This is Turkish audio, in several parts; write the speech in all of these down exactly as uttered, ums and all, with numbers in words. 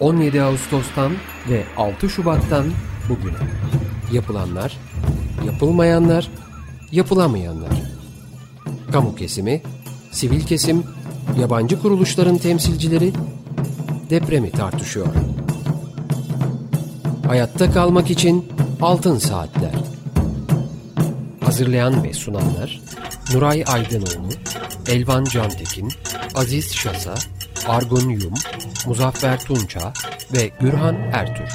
on yedi Ağustos'tan ve altı Şubat'tan bugüne. Yapılanlar, yapılmayanlar, yapılamayanlar. Kamu kesimi, sivil kesim, yabancı kuruluşların temsilcileri depremi tartışıyor. Hayatta kalmak için Altın Saatler. Hazırlayan ve sunanlar Nuray Aydınoğlu, Elvan Cantekin, Aziz Şasa, Argun Yum, Muzaffer Tunça ve Gürhan Ertür.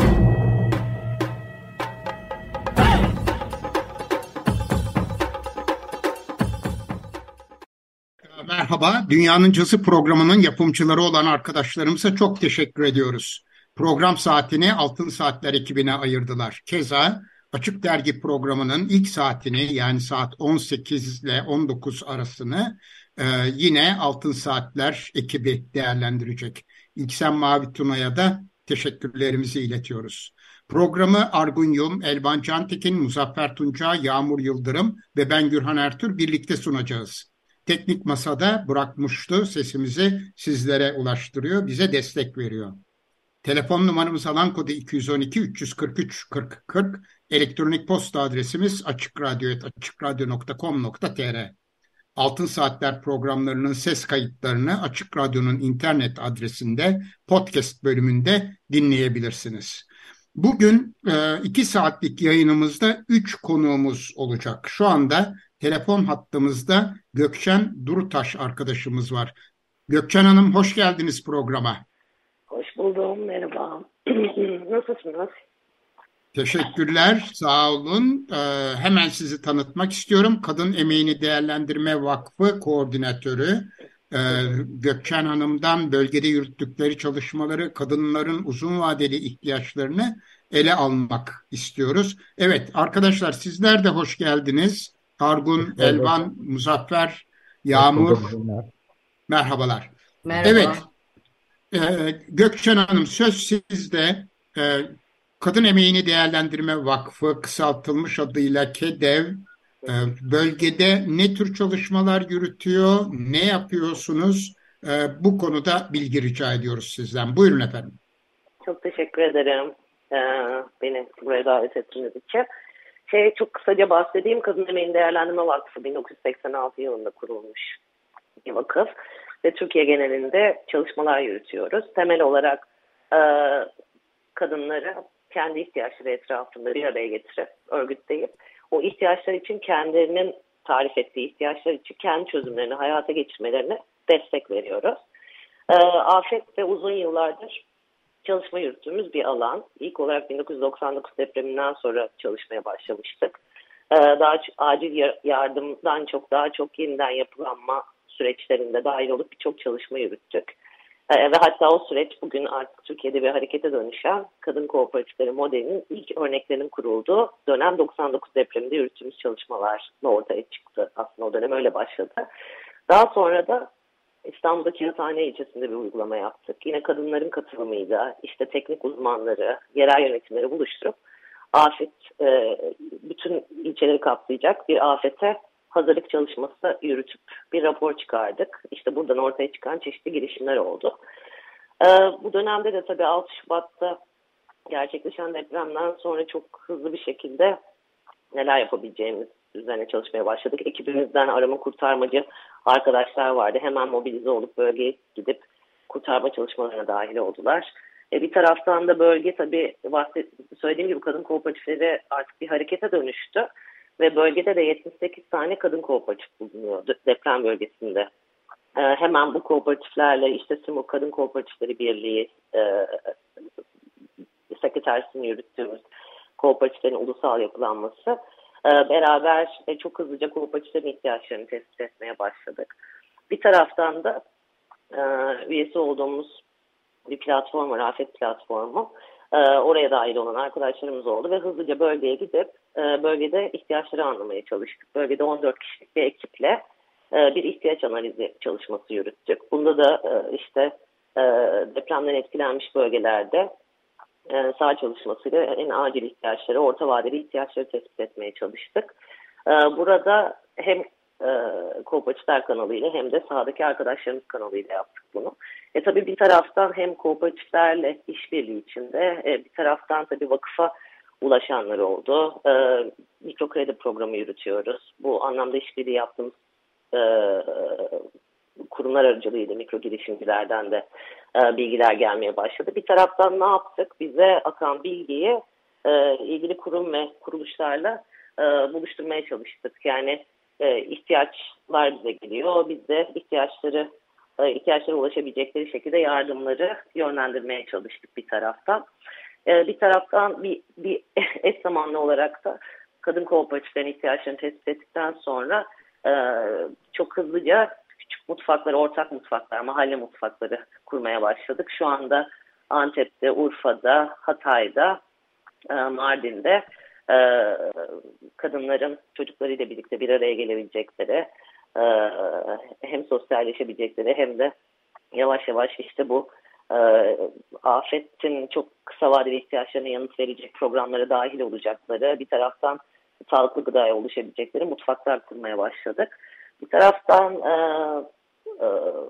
Merhaba, Dünya'nın Cazı programının yapımcıları olan arkadaşlarımıza çok teşekkür ediyoruz. Program saatini Altın Saatler ekibine ayırdılar. Keza Açık Dergi programının ilk saatini, yani saat on sekiz ile on dokuz arasını e, yine Altın Saatler ekibi değerlendirecek. İlksen Mavi Tuna'ya da teşekkürlerimizi iletiyoruz. Programı Argun Yum, Elvan Cantekin, Muzaffer Tunca, Yağmur Yıldırım ve ben Gürhan Ertür birlikte sunacağız. Teknik Masa'da bırakmıştı, sesimizi sizlere ulaştırıyor, bize destek veriyor. Telefon numaramız alan kodu iki yüz on iki üç yüz kırk üç kırk kırk, elektronik posta adresimiz açıkradyo et açıkradyo nokta com nokta tr. Altın Saatler programlarının ses kayıtlarını Açık Radyo'nun internet adresinde podcast bölümünde dinleyebilirsiniz. Bugün e, iki saatlik yayınımızda üç konuğumuz olacak. Şu anda telefon hattımızda Gökçen Durutaş arkadaşımız var. Gökçen Hanım, hoş geldiniz programa. Hoş buldum, merhaba. Nasılsınız? Teşekkürler, sağ olun. Ee, hemen sizi tanıtmak istiyorum. Kadın Emeğini Değerlendirme Vakfı Koordinatörü ee, Gökçen Hanım'dan bölgede yürüttükleri çalışmaları, kadınların uzun vadeli ihtiyaçlarını ele almak istiyoruz. Evet arkadaşlar, sizler de hoş geldiniz. Argun, Elvan, Muzaffer, Yağmur, merhabalar. Merhaba. Evet, e, Gökçen Hanım, söz sizde. E, Kadın Emeğini Değerlendirme Vakfı, kısaltılmış adıyla KEDEV, e, bölgede ne tür çalışmalar yürütüyor, ne yapıyorsunuz? E, bu konuda bilgi rica ediyoruz sizden. Buyurun efendim. Çok teşekkür ederim ee, beni buraya davet ettiğiniz için. Şey, çok kısaca bahsedeyim. Kadın Emeğini Değerlendirme Vakfı bin dokuz yüz seksen altı yılında kurulmuş bir vakıf ve Türkiye genelinde çalışmalar yürütüyoruz. Temel olarak e, kadınları kendi ihtiyaçları etrafında bir araya getirip, örgütleyip, o ihtiyaçlar için kendilerinin tarif ettiği ihtiyaçlar için kendi çözümlerini hayata geçirmelerine destek veriyoruz. E, afet ve uzun yıllardır çalışma yürüttüğümüz bir alan. İlk olarak bin dokuz yüz doksan dokuz depreminden sonra çalışmaya başlamıştık. E, daha acil yardımdan çok daha çok yeniden yapılanma süreçlerinde dahil olup birçok çalışma yürüttük. Ee, ve hatta o süreç bugün artık Türkiye'de bir harekete dönüşen kadın kooperatifleri modelinin ilk örneklerinin kurulduğu dönem doksan dokuz depreminde yürüttüğümüz çalışmalarla ortaya çıktı. Aslında o dönem öyle başladı. Daha sonra da İstanbul'daki Kağıthane ilçesinde bir uygulama yaptık. Yine kadınların katılımıyla işte teknik uzmanları, yerel yönetimleri buluşturup afet, e, bütün ilçeleri kapsayacak bir afete hazırlık çalışması yürütüp bir rapor çıkardık. İşte buradan ortaya çıkan çeşitli girişimler oldu. Ee, bu dönemde de tabii altı Şubat'ta gerçekleşen depremden sonra çok hızlı bir şekilde neler yapabileceğimiz üzerine çalışmaya başladık. Ekibimizden arama kurtarmacı arkadaşlar vardı. Hemen mobilize olup bölgeye gidip kurtarma çalışmalarına dahil oldular. E, bir taraftan da bölge tabii bahset, söylediğim gibi kadın kooperatifleri artık bir harekete dönüştü. Ve bölgede de yetmiş sekiz tane kadın kooperatif bulunuyor deprem bölgesinde. Ee, hemen bu kooperatiflerle işte Simur Kadın Kooperatifleri Birliği e, sekreterisini yürüttüğümüz kooperatiflerin ulusal yapılanması e, beraber e, çok hızlıca kooperatiflerin ihtiyaçlarını tespit etmeye başladık. Bir taraftan da e, üyesi olduğumuz bir platform var, Afet Platformu. Oraya dahil olan arkadaşlarımız oldu ve hızlıca bölgeye gidip bölgede ihtiyaçları anlamaya çalıştık. Bölgede on dört kişilik bir ekiple bir ihtiyaç analizi çalışması yürüttük. Bunda da işte depremden etkilenmiş bölgelerde saha çalışmasıyla en acil ihtiyaçları, orta vadeli ihtiyaçları tespit etmeye çalıştık. Burada hem e, kooperatifler kanalıyla hem de sahadaki arkadaşlarımız kanalıyla yaptık bunu. E tabii bir taraftan hem kooperatiflerle işbirliği içinde e, bir taraftan tabii vakıfa ulaşanlar oldu. E, mikro kredi programı yürütüyoruz. Bu anlamda işbirliği yaptığımız e, kurumlar aracılığıyla mikro girişimcilerden de e, bilgiler gelmeye başladı. Bir taraftan ne yaptık? Bize akan bilgiyi e, ilgili kurum ve kuruluşlarla e, buluşturmaya çalıştık. Yani e, ihtiyaçlar bize geliyor. Biz de ihtiyaçları e, ihtiyaçlara ulaşabilecekleri şekilde yardımları yönlendirmeye çalıştık bir taraftan. E, bir taraftan bir, bir eş zamanlı olarak da kadın kooperatiflerin ihtiyaçlarını tespit ettikten sonra e, çok hızlıca küçük mutfakları, ortak mutfaklar, mahalle mutfakları kurmaya başladık. Şu anda Antep'te, Urfa'da, Hatay'da, e, Mardin'de e, kadınların çocuklarıyla birlikte bir araya gelebilecekleri, e, hem sosyalleşebilecekleri hem de yavaş yavaş işte bu e, afetin çok kısa vadeli ihtiyaçlarına yanıt verecek programlara dahil olacakları, bir taraftan sağlıklı gıdaya ulaşabilecekleri mutfaklar kurmaya başladık. Bir taraftan e, e,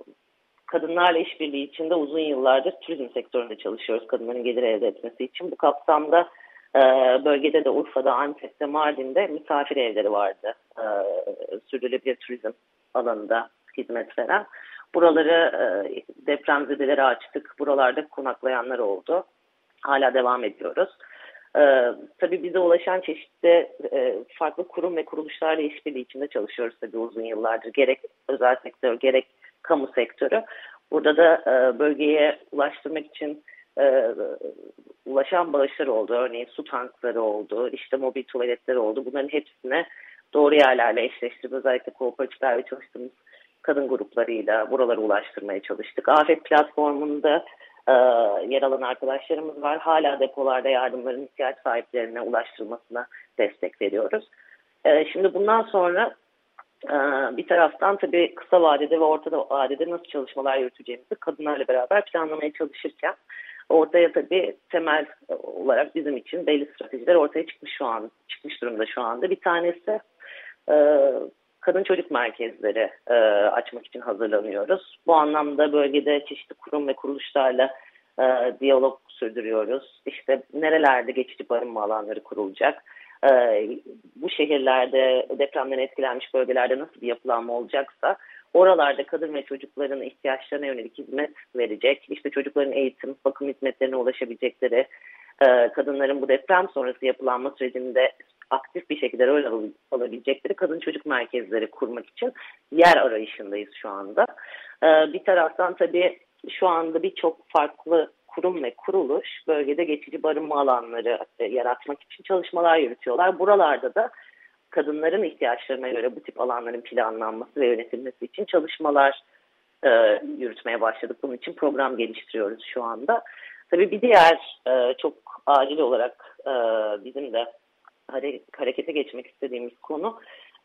kadınlarla işbirliği içinde uzun yıllardır turizm sektöründe çalışıyoruz kadınların gelir elde etmesi için. Bu kapsamda e, bölgede de Urfa'da, Antep'te, Mardin'de misafir evleri vardı. E, sürdürülebilir turizm alanında hizmet veren. Buraları e, depremzedelere açtık. Buralarda konaklayanlar oldu. Hala devam ediyoruz. Ee, tabii bize ulaşan çeşitli e, farklı kurum ve kuruluşlarla işbirliği içinde çalışıyoruz tabii uzun yıllardır. Gerek özel sektör, gerek kamu sektörü. Burada da e, bölgeye ulaştırmak için e, ulaşan bağışlar oldu. Örneğin su tankları oldu, işte mobil tuvaletler oldu. Bunların hepsine doğru yerlerle eşleştirip özellikle kooperatifler ve çalıştığımız kadın gruplarıyla buralara ulaştırmaya çalıştık. Afet platformunda Ee, yer alan arkadaşlarımız var. Hala depolarda yardımların ihtiyaç sahiplerine ulaştırılmasına destek veriyoruz. Ee, şimdi bundan sonra e, bir taraftan tabii kısa vadede ve orta vadede nasıl çalışmalar yürüteceğimizi kadınlarla beraber planlamaya çalışırken ortaya tabii temel olarak bizim için belli stratejiler ortaya çıkmış şu an çıkmış durumda şu anda. Bir tanesi e, kadın çocuk merkezleri e, açmak için hazırlanıyoruz. Bu anlamda bölgede çeşitli kurum ve kuruluşlarla e, diyalog sürdürüyoruz. İşte nerelerde geçici barınma alanları kurulacak? E, bu şehirlerde depremden etkilenmiş bölgelerde nasıl bir yapılanma olacaksa oralarda kadın ve çocukların ihtiyaçlarına yönelik hizmet verecek. İşte çocukların eğitim, bakım hizmetlerine ulaşabilecekleri, e, kadınların bu deprem sonrası yapılanma sürecinde aktif bir şekilde rol alabilecekleri kadın çocuk merkezleri kurmak için yer arayışındayız şu anda. Ee, bir taraftan tabii şu anda birçok farklı kurum ve kuruluş bölgede geçici barınma alanları yaratmak için çalışmalar yürütüyorlar. Buralarda da kadınların ihtiyaçlarına göre bu tip alanların planlanması ve yönetilmesi için çalışmalar e, yürütmeye başladık. Bunun için program geliştiriyoruz şu anda. Tabii bir diğer e, çok acil olarak e, bizim de harekete geçmek istediğimiz konu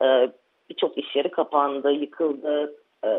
birçok iş yeri kapandı, yıkıldı,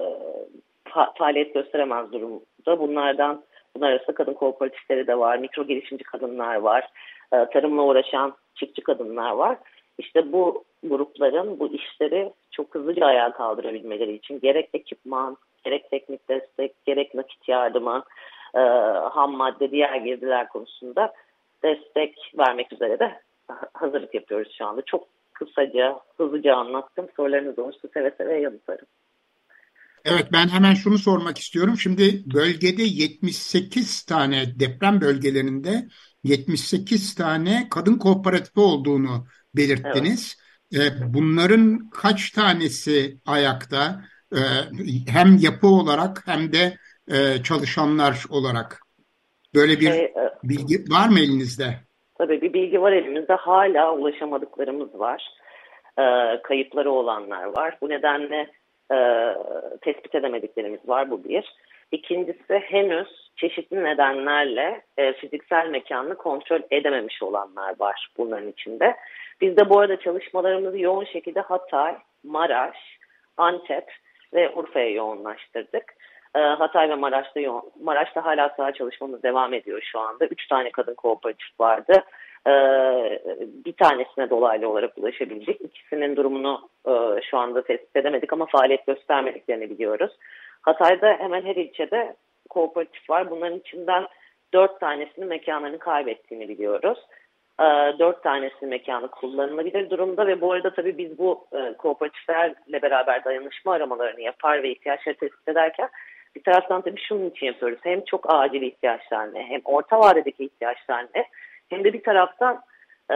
fa- faaliyet gösteremez durumda. Bunlardan bunlar arasında kadın kooperatifleri de var, mikro girişimci kadınlar var, tarımla uğraşan çiftçi kadınlar var. İşte bu grupların bu işleri çok hızlıca ayağa kaldırabilmeleri için gerek ekipman, gerek teknik destek, gerek nakit yardımı, ham madde, diğer girdiler konusunda destek vermek üzere de hazırlık yapıyoruz şu anda. Çok kısaca, hızlıca anlattım. Sorularınız olursa seve seve yanıtlarım. Evet, ben hemen şunu sormak istiyorum. Şimdi bölgede yetmiş sekiz tane deprem bölgelerinde yetmiş sekiz tane kadın kooperatifi olduğunu belirttiniz. Evet. Bunların kaç tanesi ayakta? Hem yapı olarak hem de çalışanlar olarak. Böyle bir şey, bilgi var mı elinizde? Tabii bir bilgi var elimizde. Hala ulaşamadıklarımız var. E, kayıpları olanlar var. Bu nedenle e, tespit edemediklerimiz var. Bu bir. İkincisi henüz çeşitli nedenlerle e, fiziksel mekanını kontrol edememiş olanlar var bunların içinde. Biz de bu arada çalışmalarımızı yoğun şekilde Hatay, Maraş, Antep ve Urfa'ya yoğunlaştırdık. E, Hatay ve Maraş'ta yoğun. Maraş'ta hala saha çalışmamız devam ediyor şu anda. Üç tane kadın kooperatif vardı. E, bir tanesine dolaylı olarak ulaşabildik. İkisinin durumunu e, şu anda tespit edemedik ama faaliyet göstermediklerini biliyoruz. Hatay'da hemen her ilçede kooperatif var. Bunların içinden dört tanesinin mekanlarını kaybettiğini biliyoruz. E, dört tanesinin mekanı kullanılabilir durumda ve bu arada tabii biz bu e, kooperatiflerle beraber dayanışma aramalarını yapar ve ihtiyaçları tespit ederken bir taraftan tabii şunun için yapıyoruz. Hem çok acil ihtiyaçlar ne, hem orta vadedeki ihtiyaçlar ne, hem de bir taraftan e,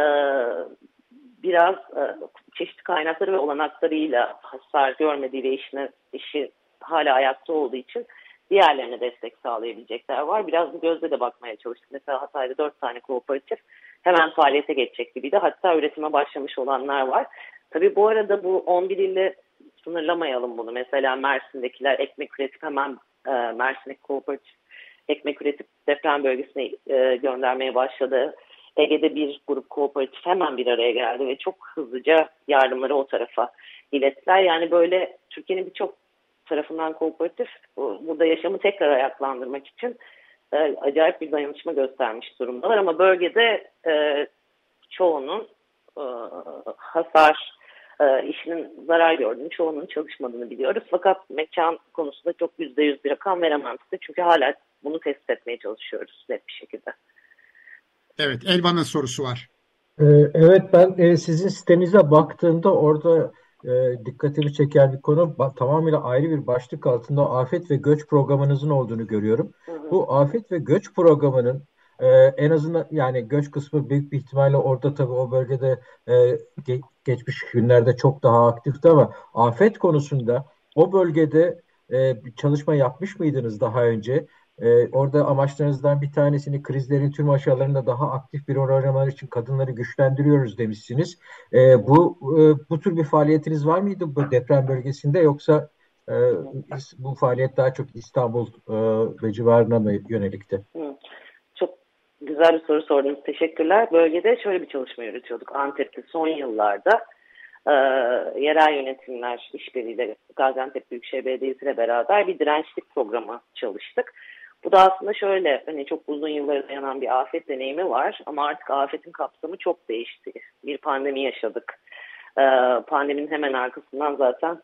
biraz e, çeşitli kaynakları ve olanaklarıyla hasar görmediği ve işine, işi hala ayakta olduğu için diğerlerine destek sağlayabilecekler var. Biraz bu gözle de bakmaya çalıştık. Mesela Hatay'da dört tane kooperatif hemen faaliyete geçecek gibiydi. Hatta üretime başlamış olanlar var. Tabii bu arada bu on bir ile sınırlamayalım bunu. Mesela Mersin'dekiler ekmek üretip hemen e, Mersin'deki kooperatif ekmek üretip deprem bölgesine e, göndermeye başladı. Ege'de bir grup kooperatif hemen bir araya geldi ve çok hızlıca yardımları o tarafa ilettiler. Yani böyle Türkiye'nin birçok tarafından kooperatif burada yaşamı tekrar ayaklandırmak için e, acayip bir dayanışma göstermiş durumdalar. Ama bölgede e, çoğunun e, hasar, e, işinin zarar gördüğünü, çoğunun çalışmadığını biliyoruz. Fakat mekan konusunda çok yüzde yüz bir rakam veremem size. Çünkü hala bunu tespit etmeye çalışıyoruz net bir şekilde. Evet, Elvan'ın sorusu var. Ee, Evet, ben e, sizin sitenize baktığımda orada e, dikkatimi çeken bir konu ba- tamamıyla ayrı bir başlık altında afet ve göç programınızın olduğunu görüyorum. Hı hı. Bu afet ve göç programının e, en azından yani göç kısmı büyük bir ihtimalle orada tabii o bölgede e, ge- geçmiş günlerde çok daha aktifti ama afet konusunda o bölgede e, bir çalışma yapmış mıydınız daha önce? Ee, orada amaçlarınızdan bir tanesini krizlerin tüm aşamalarında daha aktif bir rol oynamaları için kadınları güçlendiriyoruz demişsiniz. Ee, bu e, bu tür bir faaliyetiniz var mıydı bu deprem bölgesinde yoksa e, Hı hı. bu faaliyet daha çok İstanbul e, ve civarına mı yönelikti? Hı. Çok güzel bir soru sordunuz. Teşekkürler. Bölgede şöyle bir çalışma yürütüyorduk. Antep'te son yıllarda e, yerel yönetimler işbirliğiyle Gaziantep Büyükşehir Belediyesi ile beraber bir dirençlik programı çalıştık. Bu da aslında şöyle, hani çok uzun yıllara dayanan bir afet deneyimi var ama artık afetin kapsamı çok değişti. Bir pandemi yaşadık. Ee, pandeminin hemen arkasından zaten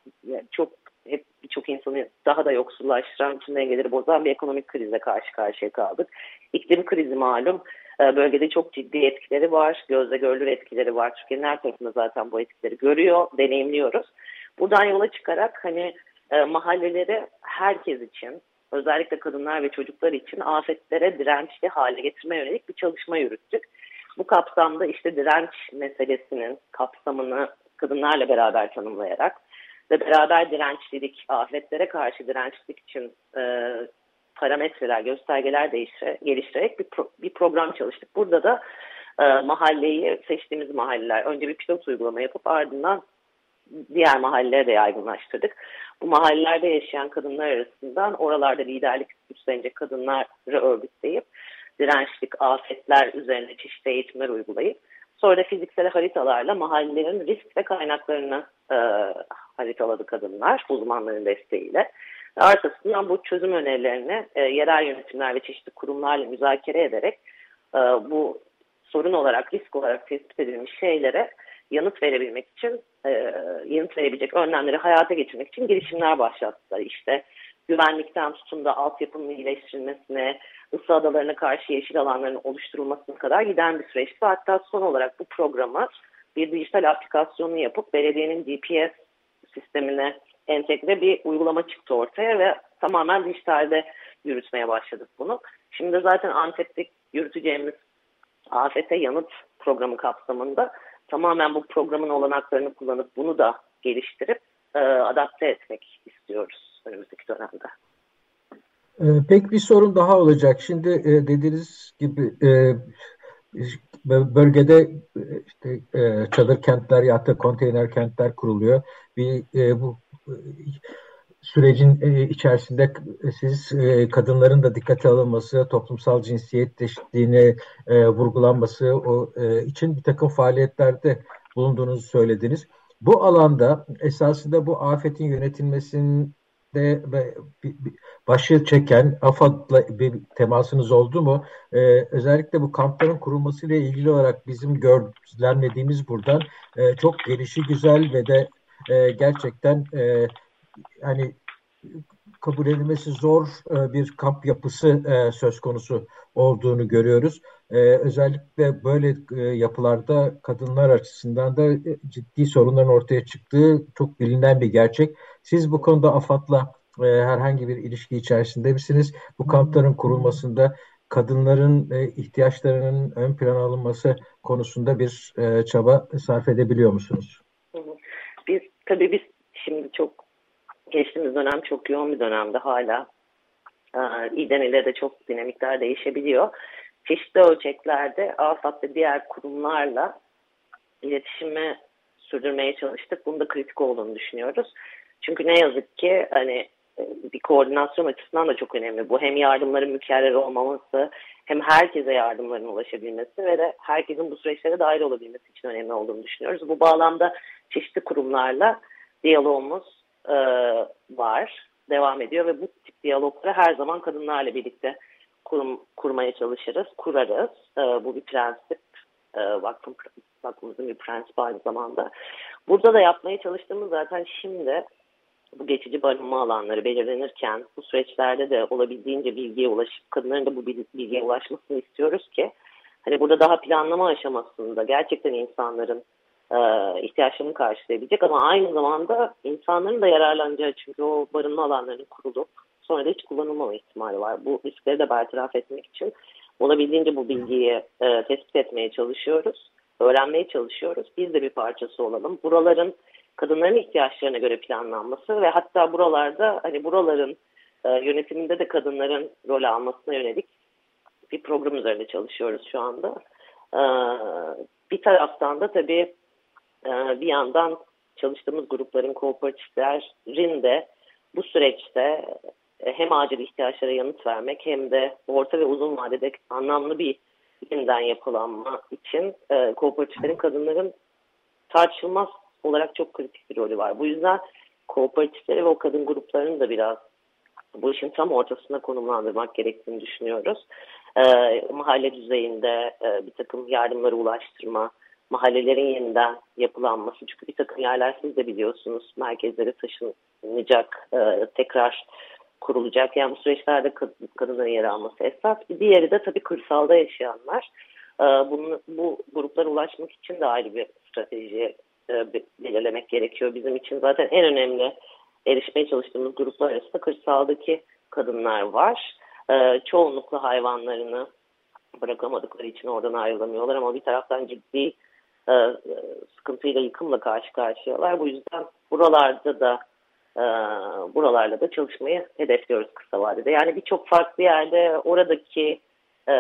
çok hep birçok insanı daha da yoksullaştıran, tüm dengeleri bozan bir ekonomik krizle karşı karşıya kaldık. İklim krizi malum. Ee, bölgede çok ciddi etkileri var. Gözle görülür etkileri var. Türkiye'nin her tarafında zaten bu etkileri görüyor, deneyimliyoruz. Buradan yola çıkarak hani e, mahalleleri herkes için, özellikle kadınlar ve çocuklar için afetlere dirençli hale getirmeye yönelik bir çalışma yürüttük. Bu kapsamda işte direnç meselesinin kapsamını kadınlarla beraber tanımlayarak ve beraber dirençlilik, afetlere karşı dirençlilik için e, parametreler, göstergeler değiştirerek, geliştirerek bir, pro, bir program çalıştık. Burada da e, mahalleyi, seçtiğimiz mahalleler, önce bir pilot uygulama yapıp ardından diğer mahallelere de yaygınlaştırdık. Bu mahallelerde yaşayan kadınlar arasından oralarda liderlik üstlenecek kadınları örgütleyip dirençlik, afetler üzerine çeşitli eğitimler uygulayıp sonra da fiziksel haritalarla mahallelerin risk ve kaynaklarını e, haritaladı kadınlar uzmanların desteğiyle. Ve arkasından bu çözüm önerilerini e, yerel yönetimler ve çeşitli kurumlarla müzakere ederek e, bu sorun olarak, risk olarak tespit edilmiş şeylere yanıt verebilmek için, e, yanıt verebilecek önlemleri hayata geçirmek için girişimler başlattılar. İşte güvenlikten tutun da altyapının iyileştirilmesine, ısı adalarına karşı yeşil alanların oluşturulmasına kadar giden bir süreçti. Hatta son olarak bu programı bir dijital aplikasyonu yapıp belediyenin G P S sistemine entegre bir uygulama çıktı ortaya ve tamamen dijitalde yürütmeye başladık bunu. Şimdi zaten Antep'te yürüteceğimiz afete yanıt programı kapsamında tamamen bu programın olanaklarını kullanıp bunu da geliştirip e, adapte etmek istiyoruz önümüzdeki dönemde. Ee, pek bir sorun daha olacak. Şimdi e, dediğiniz gibi e, bölgede e, işte e, çadır kentler ya da konteyner kentler kuruluyor. Bir e, bu e, sürecin e, içerisinde siz e, kadınların da dikkate alınması, toplumsal cinsiyet eşitliğine e, vurgulanması o e, için bir takım faaliyetlerde bulunduğunuzu söylediniz. Bu alanda esasında bu afetin yönetilmesinin de başı çeken AFAD'la bir temasınız oldu mu? Ee, özellikle bu kampların kurulmasıyla ilgili olarak bizim gözlemlediğimiz buradan e, çok gelişi güzel ve de e, gerçekten e, hani kabul edilmesi zor e, bir kamp yapısı e, söz konusu olduğunu görüyoruz. E, özellikle böyle e, yapılarda kadınlar açısından da e, ciddi sorunların ortaya çıktığı çok bilinen bir gerçek. Siz bu konuda AFAD'la e, herhangi bir ilişki içerisinde misiniz? Bu kampların kurulmasında kadınların e, ihtiyaçlarının ön plana alınması konusunda bir e, çaba sarf edebiliyor musunuz? Biz tabii biz şimdi çok geçtiğimiz dönem çok yoğun bir dönemde hala İ'den ile de çok dinamikler değişebiliyor. Çeşitli ölçeklerde AFAD ve diğer kurumlarla iletişimi sürdürmeye çalıştık. Bunun da kritik olduğunu düşünüyoruz. Çünkü ne yazık ki hani bir koordinasyon açısından da çok önemli. Bu hem yardımların mükerrer olmaması, hem herkese yardımların ulaşabilmesi ve de herkesin bu süreçlere dahil olabilmesi için önemli olduğunu düşünüyoruz. Bu bağlamda çeşitli kurumlarla diyalogumuz e, var, devam ediyor ve bu tip diyalogları her zaman kadınlarla birlikte kurum, kurmaya çalışırız, kurarız. E, bu bir prensip, e, vakfın, vakfımızın bir prensibi aynı zamanda. Burada da yapmaya çalıştığımız zaten şimdi bu geçici barınma alanları belirlenirken bu süreçlerde de olabildiğince bilgiye ulaşıp kadınların da bu bilgiye ulaşmasını istiyoruz ki hani burada daha planlama aşamasında gerçekten insanların e, ihtiyaçlarını karşılayabilecek ama aynı zamanda insanların da yararlanacağı, çünkü o barınma alanlarının kurulup sonra da hiç kullanılmama ihtimali var. Bu riskleri de bertaraf etmek için olabildiğince bu bilgiyi e, tespit etmeye çalışıyoruz, öğrenmeye çalışıyoruz. Biz de bir parçası olalım. Buraların kadınların ihtiyaçlarına göre planlanması ve hatta buralarda hani buraların e, yönetiminde de kadınların rol almasına yönelik bir program üzerinde çalışıyoruz şu anda. E, bir taraftan da tabii e, bir yandan çalıştığımız grupların, kooperatiflerin de bu süreçte e, hem acil ihtiyaçlara yanıt vermek hem de orta ve uzun vadede anlamlı bir yeniden yapılanma için e, kooperatiflerin kadınların tartışılmaz olarak çok kritik bir rolü var. Bu yüzden kooperatifleri ve o kadın gruplarını da biraz bu işin tam ortasına konumlandırmak gerektiğini düşünüyoruz. E, mahalle düzeyinde e, bir takım yardımları ulaştırma, mahallelerin yeniden yapılanması. Çünkü bir takım yerler siz de biliyorsunuz merkezlere taşınacak, e, tekrar kurulacak. Yani bu süreçlerde kadın, kadınların yer alması esas. Bir diğeri de tabii kırsalda yaşayanlar. E, bunu, bu gruplara ulaşmak için de ayrı bir strateji belirlemek gerekiyor. Bizim için zaten en önemli erişmeye çalıştığımız gruplar arasında kırsaldaki kadınlar var. Ee, çoğunlukla hayvanlarını bırakamadıkları için oradan ayrılamıyorlar ama bir taraftan ciddi e, sıkıntıyla, yıkımla karşı karşıyalar. Bu yüzden buralarda da e, buralarla da çalışmayı hedefliyoruz kısa vadede. Yani birçok farklı yerde oradaki e,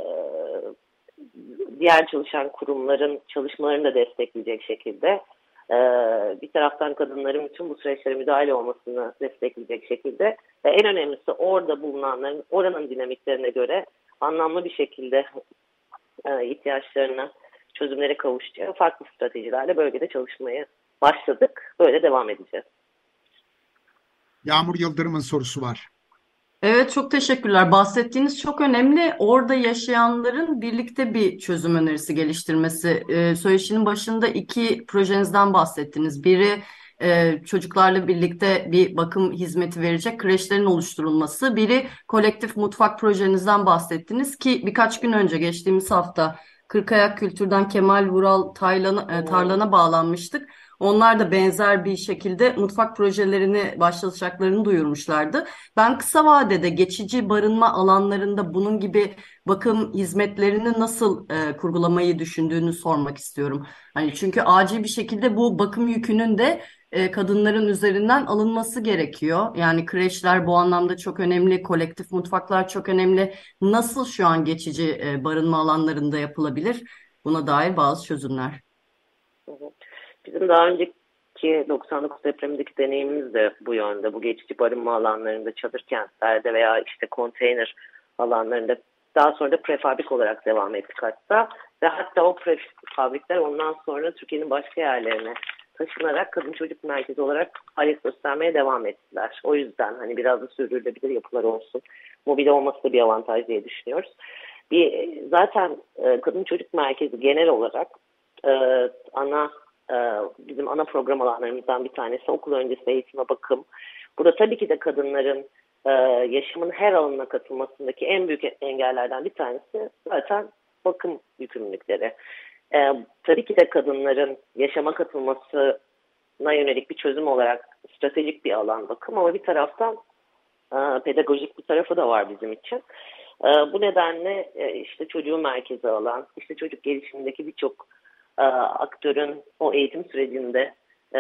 diğer çalışan kurumların çalışmalarını da destekleyecek şekilde e, bir taraftan kadınların bütün bu süreçlere müdahale olmasını destekleyecek şekilde ve en önemlisi orada bulunanların oranın dinamiklerine göre anlamlı bir şekilde e, ihtiyaçlarına çözümlere kavuşacağı farklı stratejilerle bölgede çalışmaya başladık. Böyle devam edeceğiz. Yağmur Yıldırım'ın sorusu var. Evet, çok teşekkürler. Bahsettiğiniz çok önemli. Orada yaşayanların birlikte bir çözüm önerisi geliştirmesi. Ee, söyleşinin başında iki projenizden bahsettiniz. Biri e, çocuklarla birlikte bir bakım hizmeti verecek kreşlerin oluşturulması. Biri kolektif mutfak projenizden bahsettiniz ki birkaç gün önce geçtiğimiz hafta Kırkayak Kültür'den Kemal Vural Taylan'a, e, Tarlan'a bağlanmıştık. Onlar da benzer bir şekilde mutfak projelerini başlatacaklarını duyurmuşlardı. Ben kısa vadede geçici barınma alanlarında bunun gibi bakım hizmetlerini nasıl e, kurgulamayı düşündüğünü sormak istiyorum. Hani çünkü acil bir şekilde bu bakım yükünün de e, kadınların üzerinden alınması gerekiyor. Yani kreşler bu anlamda çok önemli, kolektif mutfaklar çok önemli. Nasıl şu an geçici e, barınma alanlarında yapılabilir? Buna dair bazı çözümler. Bizim daha önceki doksan dokuz depremindeki deneyimimiz de bu yönde. Bu geçici barınma alanlarında, çadır kentlerde veya işte konteyner alanlarında daha sonra da prefabrik olarak devam ettik hatta. Ve hatta o prefabrikler ondan sonra Türkiye'nin başka yerlerine taşınarak kadın çocuk merkezi olarak faaliyet göstermeye devam ettiler. O yüzden hani biraz da sürdürülebilir yapılar olsun, mobil olması da bir avantaj diye düşünüyoruz. Bir, zaten e, kadın çocuk merkezi genel olarak e, ana e, bizim ana program alanlarımızdan bir tanesi okul öncesi eğitime bakım. Burada tabii ki de kadınların e, yaşamın her alanına katılmasındaki en büyük engellerden bir tanesi zaten bakım yükümlülükleri. E, tabii ki de kadınların yaşama katılmasına yönelik bir çözüm olarak stratejik bir alan bakım, ama bir taraftan e, pedagojik bir tarafı da var bizim için. E, bu nedenle e, işte çocuğu merkeze alan, işte çocuk gelişimindeki birçok e, aktörün o eğitim sürecinde e,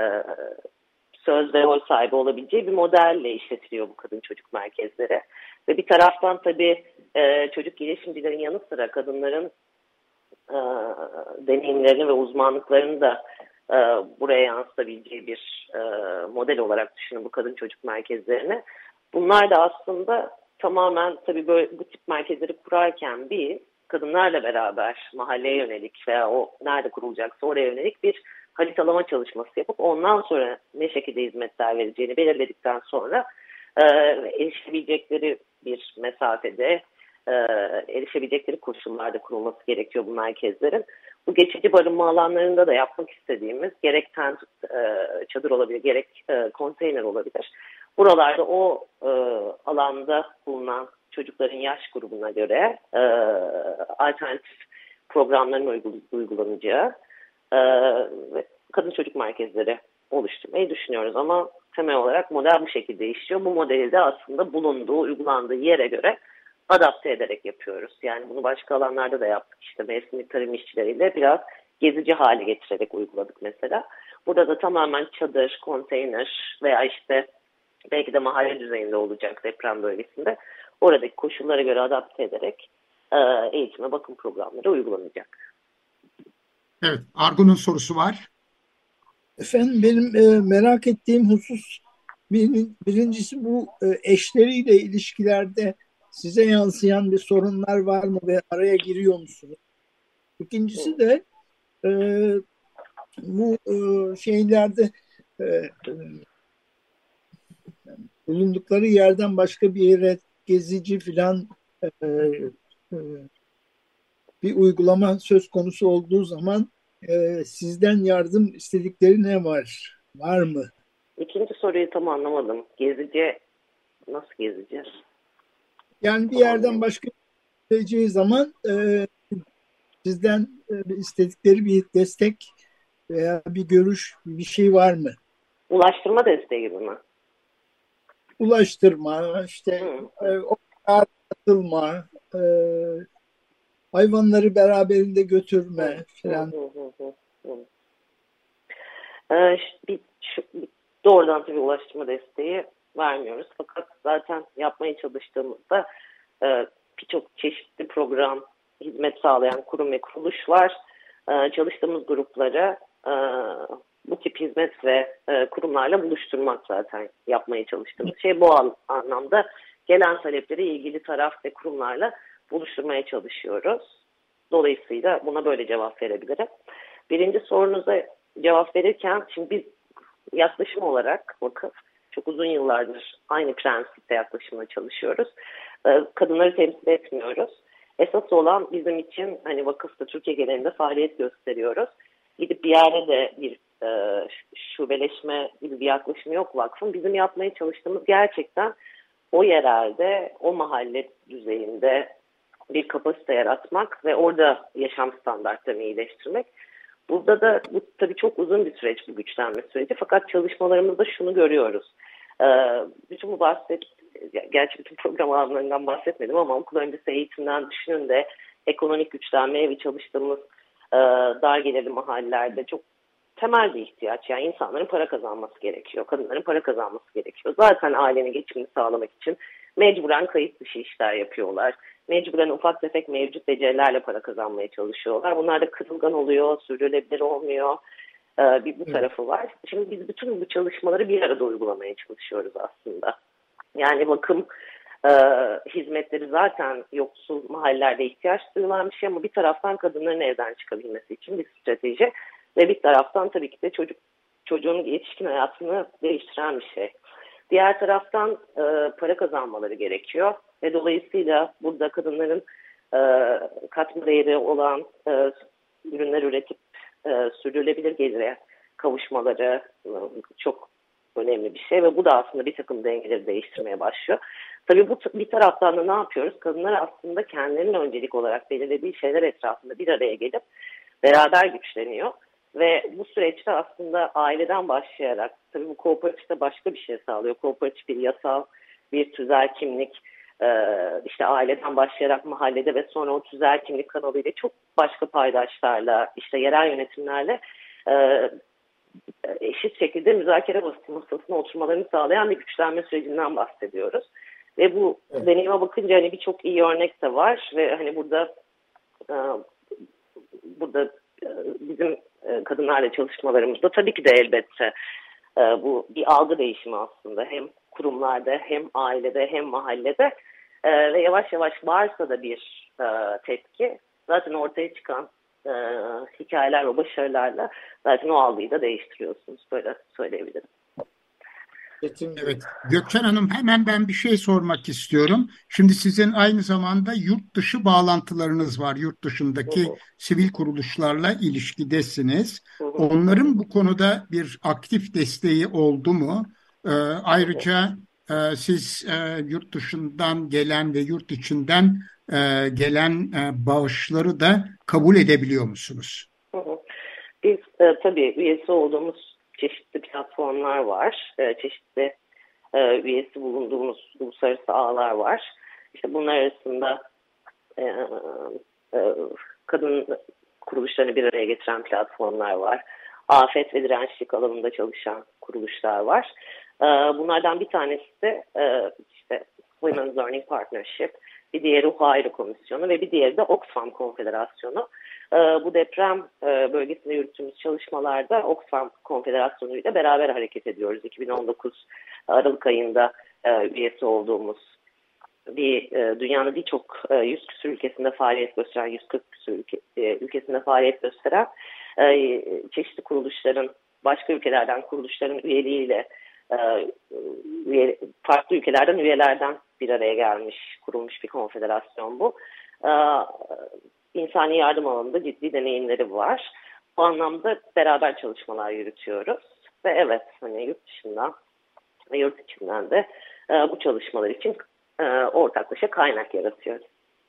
söz ve rol sahibi olabileceği bir modelle işletiliyor bu kadın çocuk merkezleri. Ve bir taraftan tabii e, çocuk gelişimcilerin yanı sıra kadınların e, deneyimlerini ve uzmanlıklarını da e, buraya yansıtabileceği bir e, model olarak düşünün bu kadın çocuk merkezlerini. Bunlar da aslında tamamen tabii böyle bu tip merkezleri kurarken bir kadınlarla beraber mahalleye yönelik veya o nerede kurulacaksa oraya yönelik bir haritalama çalışması yapıp ondan sonra ne şekilde hizmetler vereceğini belirledikten sonra e, erişebilecekleri bir mesafede, e, erişebilecekleri koşullarda kurulması gerekiyor bu merkezlerin. Bu geçici barınma alanlarında da yapmak istediğimiz gerek tent, e, çadır olabilir, gerek e, konteyner olabilir. Buralarda o e, alanda bulunan çocukların yaş grubuna göre e, alternatif programların uygulanacağı e, ve kadın çocuk merkezleri oluşturmayı düşünüyoruz. Ama temel olarak model bu şekilde işliyor. Bu modeli de aslında bulunduğu, uygulandığı yere göre adapte ederek yapıyoruz. Yani bunu başka alanlarda da yaptık. İşte mevsimlik tarım işçileriyle biraz gezici hale getirerek uyguladık mesela. Burada da tamamen çadır, konteyner veya işte belki de mahalle düzeyinde olacak deprem bölgesinde. Oradaki koşullara göre adapte ederek e, eğitim ve bakım programları uygulanacak. Evet, Argun'un sorusu var. Efendim benim e, merak ettiğim husus bir, birincisi bu e, eşleriyle ilişkilerde size yansıyan bir sorunlar var mı ve araya giriyor musunuz? İkincisi de e, bu e, şeylerde e, bulundukları yerden başka bir yere gezici filan e, e, bir uygulama söz konusu olduğu zaman e, sizden yardım istedikleri ne var? Var mı? İkinci soruyu tam anlamadım. Gezici nasıl gezeceğiz? Yani bir yerden başka bir gideceği zaman e, sizden e, istedikleri bir destek veya bir görüş, bir şey var mı? Ulaştırma desteği gibi mi? Ulaştırma, işte e, o kadar katılma, e, hayvanları beraberinde götürme falan. Ee, bir, şu, bir, doğrudan tabii ulaştırma desteği vermiyoruz. Fakat zaten yapmaya çalıştığımızda e, birçok çeşitli program, hizmet sağlayan kurum ve kuruluş var. E, çalıştığımız gruplara e, bu tip hizmet ve e, kurumlarla buluşturmak zaten yapmaya çalıştığımız şey. Bu an, anlamda gelen talepleri ilgili taraf ve kurumlarla buluşturmaya çalışıyoruz. Dolayısıyla buna böyle cevap verebilirim. Birinci sorunuza cevap verirken, şimdi biz yaklaşım olarak vakıf çok uzun yıllardır aynı prensipte yaklaşımla çalışıyoruz. Kadınları temsil etmiyoruz. Esas olan bizim için hani vakıfta Türkiye genelinde faaliyet gösteriyoruz. Gidip bir yerde de bir e, şubeleşme gibi bir yaklaşım yok vakfın. Bizim yapmaya çalıştığımız gerçekten o yerelde, o mahalle düzeyinde bir kapasite yaratmak ve orada yaşam standartlarını iyileştirmek. Burada da bu tabii çok uzun bir süreç, bu güçlenme süreci. Fakat çalışmalarımızda şunu görüyoruz. Ee, bütün bu bahset, gerçi bütün program alanlarından bahsetmedim ama okul öncesi eğitimden düşünün de ekonomik güçlenmeye ve çalıştığımız e, dar gelirli mahallelerde çok temel bir ihtiyaç. Yani insanların para kazanması gerekiyor. Kadınların para kazanması gerekiyor. Zaten ailenin geçimini sağlamak için mecburen kayıt dışı işler yapıyorlar. Mecburen ufak tefek mevcut becerilerle para kazanmaya çalışıyorlar. Bunlar da kırılgan oluyor, sürdürülebilir olmuyor. Ee, bir bu tarafı var. Şimdi biz bütün bu çalışmaları bir arada uygulamaya çalışıyoruz aslında. Yani bakım e, hizmetleri zaten yoksul mahallelerde ihtiyaç duyulan bir şey ama bir taraftan kadınların evden çıkabilmesi için bir strateji ve bir taraftan tabii ki de çocuk çocuğun yetişkin hayatını değiştiren bir şey. Diğer taraftan e, para kazanmaları gerekiyor ve dolayısıyla burada kadınların e, katma değeri olan e, ürünler üretip e, sürdürülebilir gelire kavuşmaları e, çok önemli bir şey ve bu da aslında bir takım dengeleri değiştirmeye başlıyor. Tabii bu bir taraftan da ne yapıyoruz? Kadınlar aslında kendilerinin öncelik olarak belirlediği şeyler etrafında bir araya gelip beraber güçleniyor. Ve bu süreçte aslında aileden başlayarak, tabii bu kooperatifte başka bir şey sağlıyor. Kooperatif bir yasal, bir tüzel kimlik, işte aileden başlayarak mahallede ve sonra o tüzel kimlik kanalıyla çok başka paydaşlarla, işte yerel yönetimlerle eşit şekilde müzakere masasına oturmalarını sağlayan bir güçlenme sürecinden bahsediyoruz. Ve bu evet. deneyime bakınca hani birçok iyi örnek de var ve hani burada burada bizim kadınlarla çalışmalarımızda tabii ki de elbette bu bir algı değişimi aslında. Hem kurumlarda hem ailede hem mahallede ve yavaş yavaş varsa da bir tepki zaten ortaya çıkan hikayeler ve başarılarla zaten o algıyı da değiştiriyorsunuz. Böyle söyleyebilirim. Evet. Gökçen Hanım, hemen ben bir şey sormak istiyorum. Şimdi sizin aynı zamanda yurt dışı bağlantılarınız var. Yurt dışındaki hı hı. sivil kuruluşlarla ilişkidesiniz. Hı hı. Onların bu konuda bir aktif desteği oldu mu? Ee, ayrıca e, siz e, yurt dışından gelen ve yurt içinden e, gelen e, bağışları da kabul edebiliyor musunuz? Hı hı. Biz e, tabii üyesi olduğumuz çeşitli platformlar var, e, çeşitli e, üyesi bulunduğumuz uluslararası ağlar var. İşte bunlar arasında e, e, kadın kuruluşlarını bir araya getiren platformlar var. Afet ve dirençlik alanında çalışan kuruluşlar var. E, bunlardan bir tanesi de e, işte Women's Learning Partnership, bir diğeri Huayra Komisyonu ve bir diğeri de Oxfam Konfederasyonu. Bu deprem bölgesinde yürüttüğümüz çalışmalarda Oxfam Konfederasyonu ile beraber hareket ediyoruz. iki bin on dokuz Aralık ayında üyesi olduğumuz bir dünyanın birçok yüz küsur ülkesinde faaliyet gösteren, yüz kırk küsur ülke, ülkesinde faaliyet gösteren çeşitli kuruluşların, başka ülkelerden kuruluşların üyeliğiyle üye, farklı ülkelerden üyelerden bir araya gelmiş, kurulmuş bir konfederasyon bu. İnsani yardım alanında ciddi deneyimleri var. Bu anlamda beraber çalışmalar yürütüyoruz. Ve evet, hani yurt dışından ve yurt içinden de e, bu çalışmalar için e, ortaklaşa kaynak yaratıyoruz.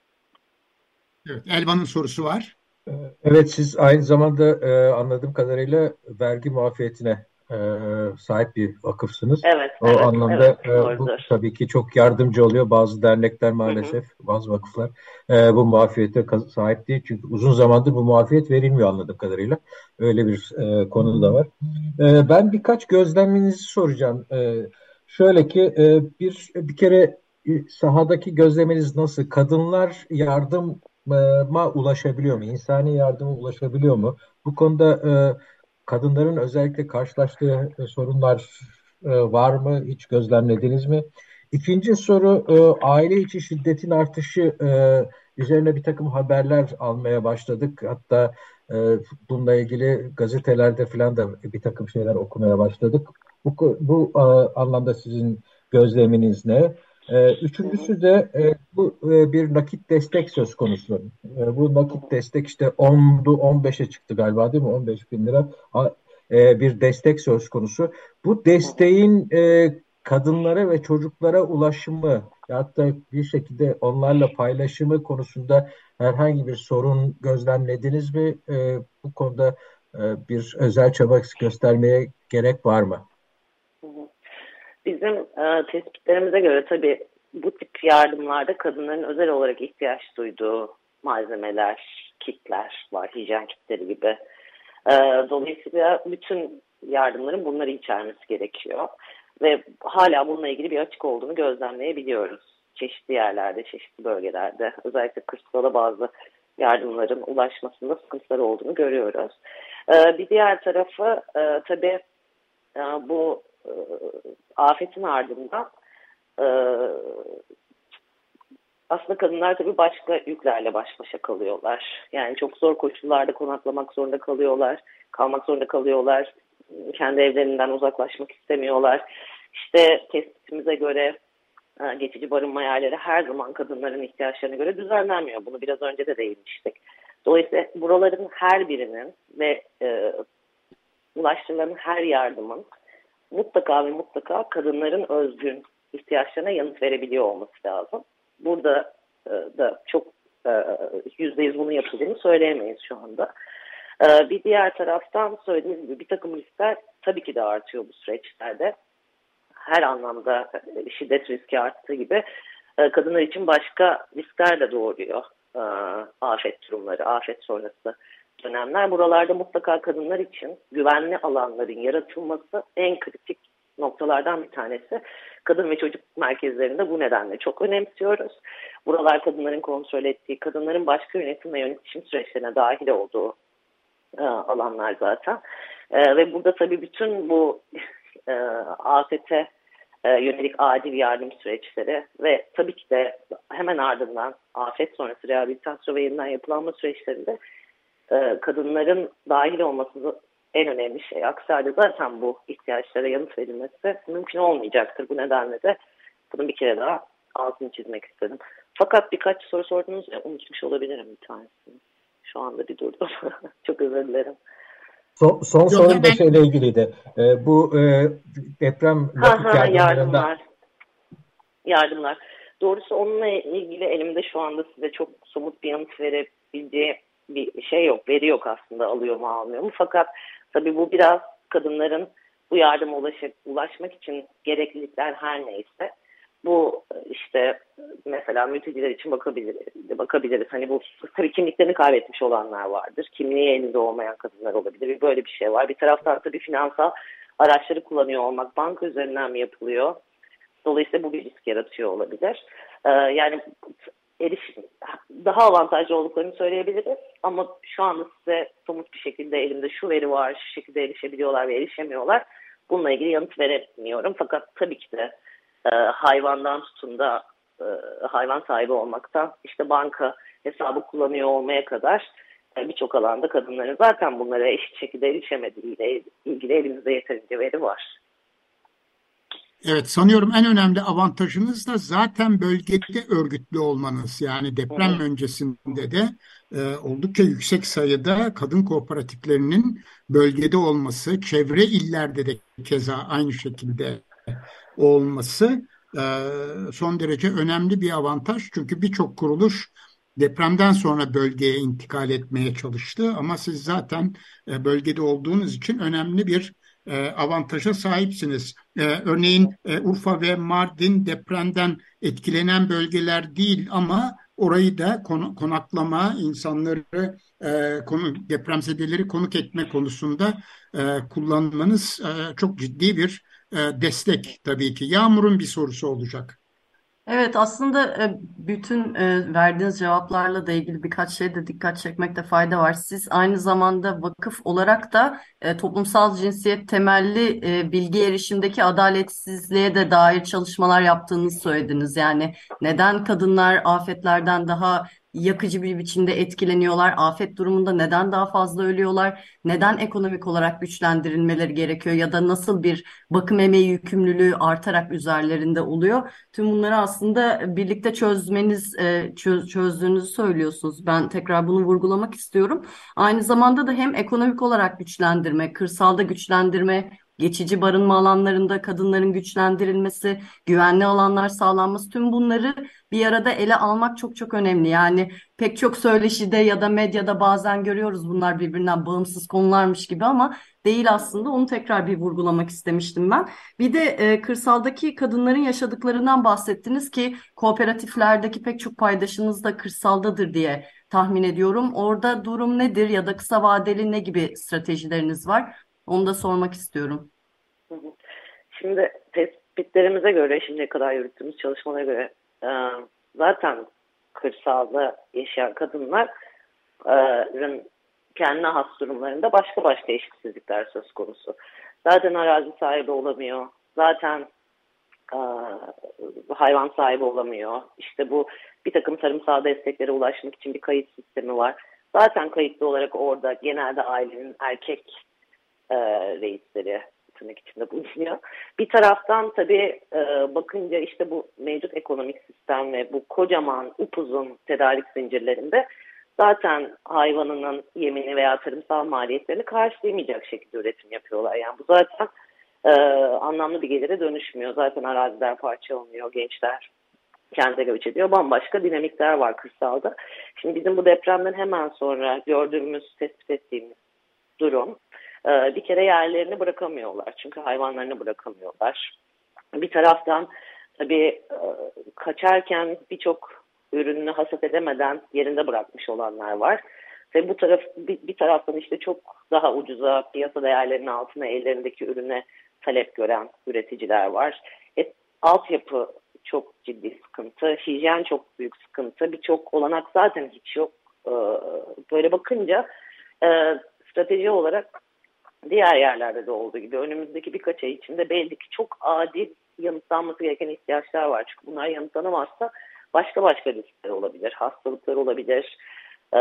Evet, Elvan'ın sorusu var. Evet, siz aynı zamanda e, anladığım kadarıyla vergi muafiyetine e, sahip bir vakıfsınız. Evet, o evet, anlamda evet, e, bu tabii ki çok yardımcı oluyor. Bazı dernekler maalesef, hı hı. bazı vakıflar e, bu muafiyete sahip değil. Çünkü uzun zamandır bu muafiyet verilmiyor anladığım kadarıyla. Öyle bir e, konu da var. E, ben birkaç gözleminizi soracağım. E, şöyle ki e, bir bir kere sahadaki gözleminiz nasıl? Kadınlar yardım ma ulaşabiliyor mu? İnsani yardıma ulaşabiliyor mu? Bu konuda e, kadınların özellikle karşılaştığı e, sorunlar e, var mı? Hiç gözlemlediniz mi? İkinci soru, e, aile içi şiddetin artışı e, üzerine bir takım haberler almaya başladık. Hatta e, bununla ilgili gazetelerde falan da bir takım şeyler okumaya başladık. Bu, bu e, anlamda sizin gözleminiz ne? Ee, üçüncüsü de e, bu e, bir nakit destek söz konusu. E, bu nakit destek işte ondu on beşe çıktı galiba, değil mi? on beş bin lira e, bir destek söz konusu. Bu desteğin e, kadınlara ve çocuklara ulaşımı, hatta bir şekilde onlarla paylaşımı konusunda herhangi bir sorun gözlemlediniz mi? E, bu konuda e, bir özel çaba göstermeye gerek var mı? Bizim e, tespitlerimize göre tabii bu tip yardımlarda kadınların özel olarak ihtiyaç duyduğu malzemeler, kitler var, hijyen kitleri gibi. E, dolayısıyla bütün yardımların bunları içermesi gerekiyor. Ve hala bununla ilgili bir açık olduğunu gözlemleyebiliyoruz. Çeşitli yerlerde, çeşitli bölgelerde. Özellikle kırsala bazı yardımların ulaşmasında sıkıntılar olduğunu görüyoruz. E, bir diğer tarafı e, tabii e, bu e, afetin ardından e, aslında kadınlar tabii başka yüklerle baş başa kalıyorlar. Yani çok zor koşullarda konaklamak zorunda kalıyorlar, kalmak zorunda kalıyorlar. kendi evlerinden uzaklaşmak istemiyorlar. İşte tespitimize göre e, geçici barınma yerleri her zaman kadınların ihtiyaçlarına göre düzenlenmiyor. Bunu biraz önce de değinmiştik. Dolayısıyla buraların her birinin ve e, ulaştırılan her yardımın mutlaka ve mutlaka kadınların özgün ihtiyaçlarına yanıt verebiliyor olması lazım. Burada e, da çok yüzde yüz bunu yapıldığını söyleyemeyiz şu anda. E, bir diğer taraftan söylediğiniz gibi bir takım riskler tabii ki de artıyor bu süreçlerde. Her anlamda şiddet riski arttığı gibi e, kadınlar için başka riskler de doğuruyor. E, afet durumları, afet sonrası dönemler. Buralarda mutlaka kadınlar için güvenli alanların yaratılması en kritik noktalardan bir tanesi. Kadın ve çocuk merkezlerinde bu nedenle çok önemsiyoruz. Buralar kadınların kontrol ettiği, kadınların başka yönetim ve yönetişim süreçlerine dahil olduğu e, alanlar zaten. E, ve burada tabii bütün bu e, afete e, yönelik acil yardım süreçleri ve tabii ki de hemen ardından afet sonrası rehabilitasyon ve yeniden yapılanma süreçlerinde e, kadınların dahil olması en önemli şey. Aksi halde zaten bu ihtiyaçlara yanıt verilmesi mümkün olmayacaktır. Bu nedenle de bunu bir kere daha altını çizmek istedim. Fakat birkaç soru sordunuz ya, unutmuş olabilirim bir tanesini. Şu anda bir durdum. Çok özür dilerim. Son, son sorum da şeyle ilgiliydi. Ee, bu e, deprem nakit yardımlarında... Yardımlar. Yardımlar. Doğrusu onunla ilgili elimde şu anda size çok somut bir yanıt verebileceği bir şey yok. Veri yok aslında, alıyor mu almıyor mu. Fakat tabii bu biraz kadınların bu yardıma ulaşıp, ulaşmak için gereklilikler her neyse. Bu işte mesela mülteciler için bakabiliriz. bakabiliriz. Hani bu tabii kimliklerini kaybetmiş olanlar vardır. Kimliği elinde olmayan kadınlar olabilir. Böyle bir şey var. Bir taraftan tabii finansal araçları kullanıyor olmak banka üzerinden mi yapılıyor? Dolayısıyla bu bir risk yaratıyor olabilir. Ee, yani erişim, daha avantajlı olduklarını söyleyebiliriz. Ama şu anda size somut bir şekilde elimde şu veri var, şu şekilde erişebiliyorlar ve erişemiyorlar. Bununla ilgili yanıt veremiyorum. Fakat tabii ki de e, hayvandan tutun da e, hayvan sahibi olmaktan işte banka hesabı kullanıyor olmaya kadar e, birçok alanda kadınların zaten bunlara eşit şekilde erişemediğiyle ilgili elimizde yeterince veri var. Evet, sanıyorum en önemli avantajınız da zaten bölgede örgütlü olmanız. Yani deprem hı hı. öncesinde de e, oldukça yüksek sayıda kadın kooperatiflerinin bölgede olması, çevre illerde de keza aynı şekilde olması e, son derece önemli bir avantaj. Çünkü birçok kuruluş depremden sonra bölgeye intikal etmeye çalıştı ama siz zaten e, bölgede olduğunuz için önemli bir e, avantaja sahipsiniz. E, örneğin e, Urfa ve Mardin depremden etkilenen bölgeler değil ama orayı da konu, konaklama, insanları e, konu, depremzedeleri konuk etme konusunda e, kullanmanız e, çok ciddi bir e, destek tabii ki. Yağmur'un bir sorusu olacak. Evet, aslında e, bütün e, verdiğiniz cevaplarla da ilgili birkaç şeyde dikkat çekmekte fayda var. Siz aynı zamanda vakıf olarak da e, toplumsal cinsiyet temelli e, bilgi erişimdeki adaletsizliğe de dair çalışmalar yaptığınızı söylediniz. Yani neden kadınlar afetlerden daha yakıcı bir biçimde etkileniyorlar? Afet durumunda neden daha fazla ölüyorlar? Neden ekonomik olarak güçlendirilmeleri gerekiyor? Ya da nasıl bir bakım emeği yükümlülüğü artarak üzerlerinde oluyor? Tüm bunları aslında birlikte çözmeniz, e, çöz, çözdüğünüzü söylüyorsunuz. Ben tekrar bunu vurgulamak istiyorum. Aynı zamanda da hem ekonomik olarak güçlendirme, kırsalda güçlendirme, geçici barınma alanlarında kadınların güçlendirilmesi, güvenli alanlar sağlanması, tüm bunları bir arada ele almak çok çok önemli. Yani pek çok söyleşide ya da medyada bazen görüyoruz bunlar birbirinden bağımsız konularmış gibi ama değil aslında. Onu tekrar bir vurgulamak istemiştim ben. Bir de e, kırsaldaki kadınların yaşadıklarından bahsettiniz ki kooperatiflerdeki pek çok paydaşınız da kırsaldadır diye tahmin ediyorum. Orada durum nedir ya da kısa vadeli ne gibi stratejileriniz var? Onu da sormak istiyorum. Şimdi tespitlerimize göre, şimdiye kadar yürüttüğümüz çalışmalara göre e, zaten kırsalda yaşayan kadınların kendine has durumlarında başka başka eşitsizlikler söz konusu. Zaten arazi sahibi olamıyor, zaten e, hayvan sahibi olamıyor. İşte bu bir takım tarımsal desteklere ulaşmak için bir kayıt sistemi var. Zaten kayıtlı olarak orada genelde ailenin erkek e, reisleri tırnak içinde bulunuyor. Bir taraftan tabii e, bakınca işte bu mevcut ekonomik sistem ve bu kocaman upuzun tedarik zincirlerinde zaten hayvanının yemini veya tarımsal maliyetlerini karşılayamayacak şekilde üretim yapıyorlar. Yani bu zaten e, anlamlı bir gelire dönüşmüyor. Zaten araziler parçalanıyor, gençler kente göç ediyor. Bambaşka dinamikler var kırsalda. Şimdi bizim bu depremden hemen sonra gördüğümüz, tespit ettiğimiz durum, bir kere yerlerini bırakamıyorlar. Çünkü hayvanlarını bırakamıyorlar. Bir taraftan tabii kaçarken birçok ürününü hasat edemeden yerinde bırakmış olanlar var. Ve bu taraf bir, bir taraftan işte çok daha ucuza, piyasa değerlerinin altına ellerindeki ürüne talep gören üreticiler var. E, altyapı çok ciddi sıkıntı, hijyen çok büyük sıkıntı, birçok olanak zaten hiç yok. Ee, böyle bakınca e, strateji olarak diğer yerlerde de olduğu gibi önümüzdeki birkaç ay içinde belli ki çok adil yanıtlanması gereken ihtiyaçlar var. Çünkü bunlar yanıtlanamazsa başka başka riskler olabilir, hastalıklar olabilir. Ee,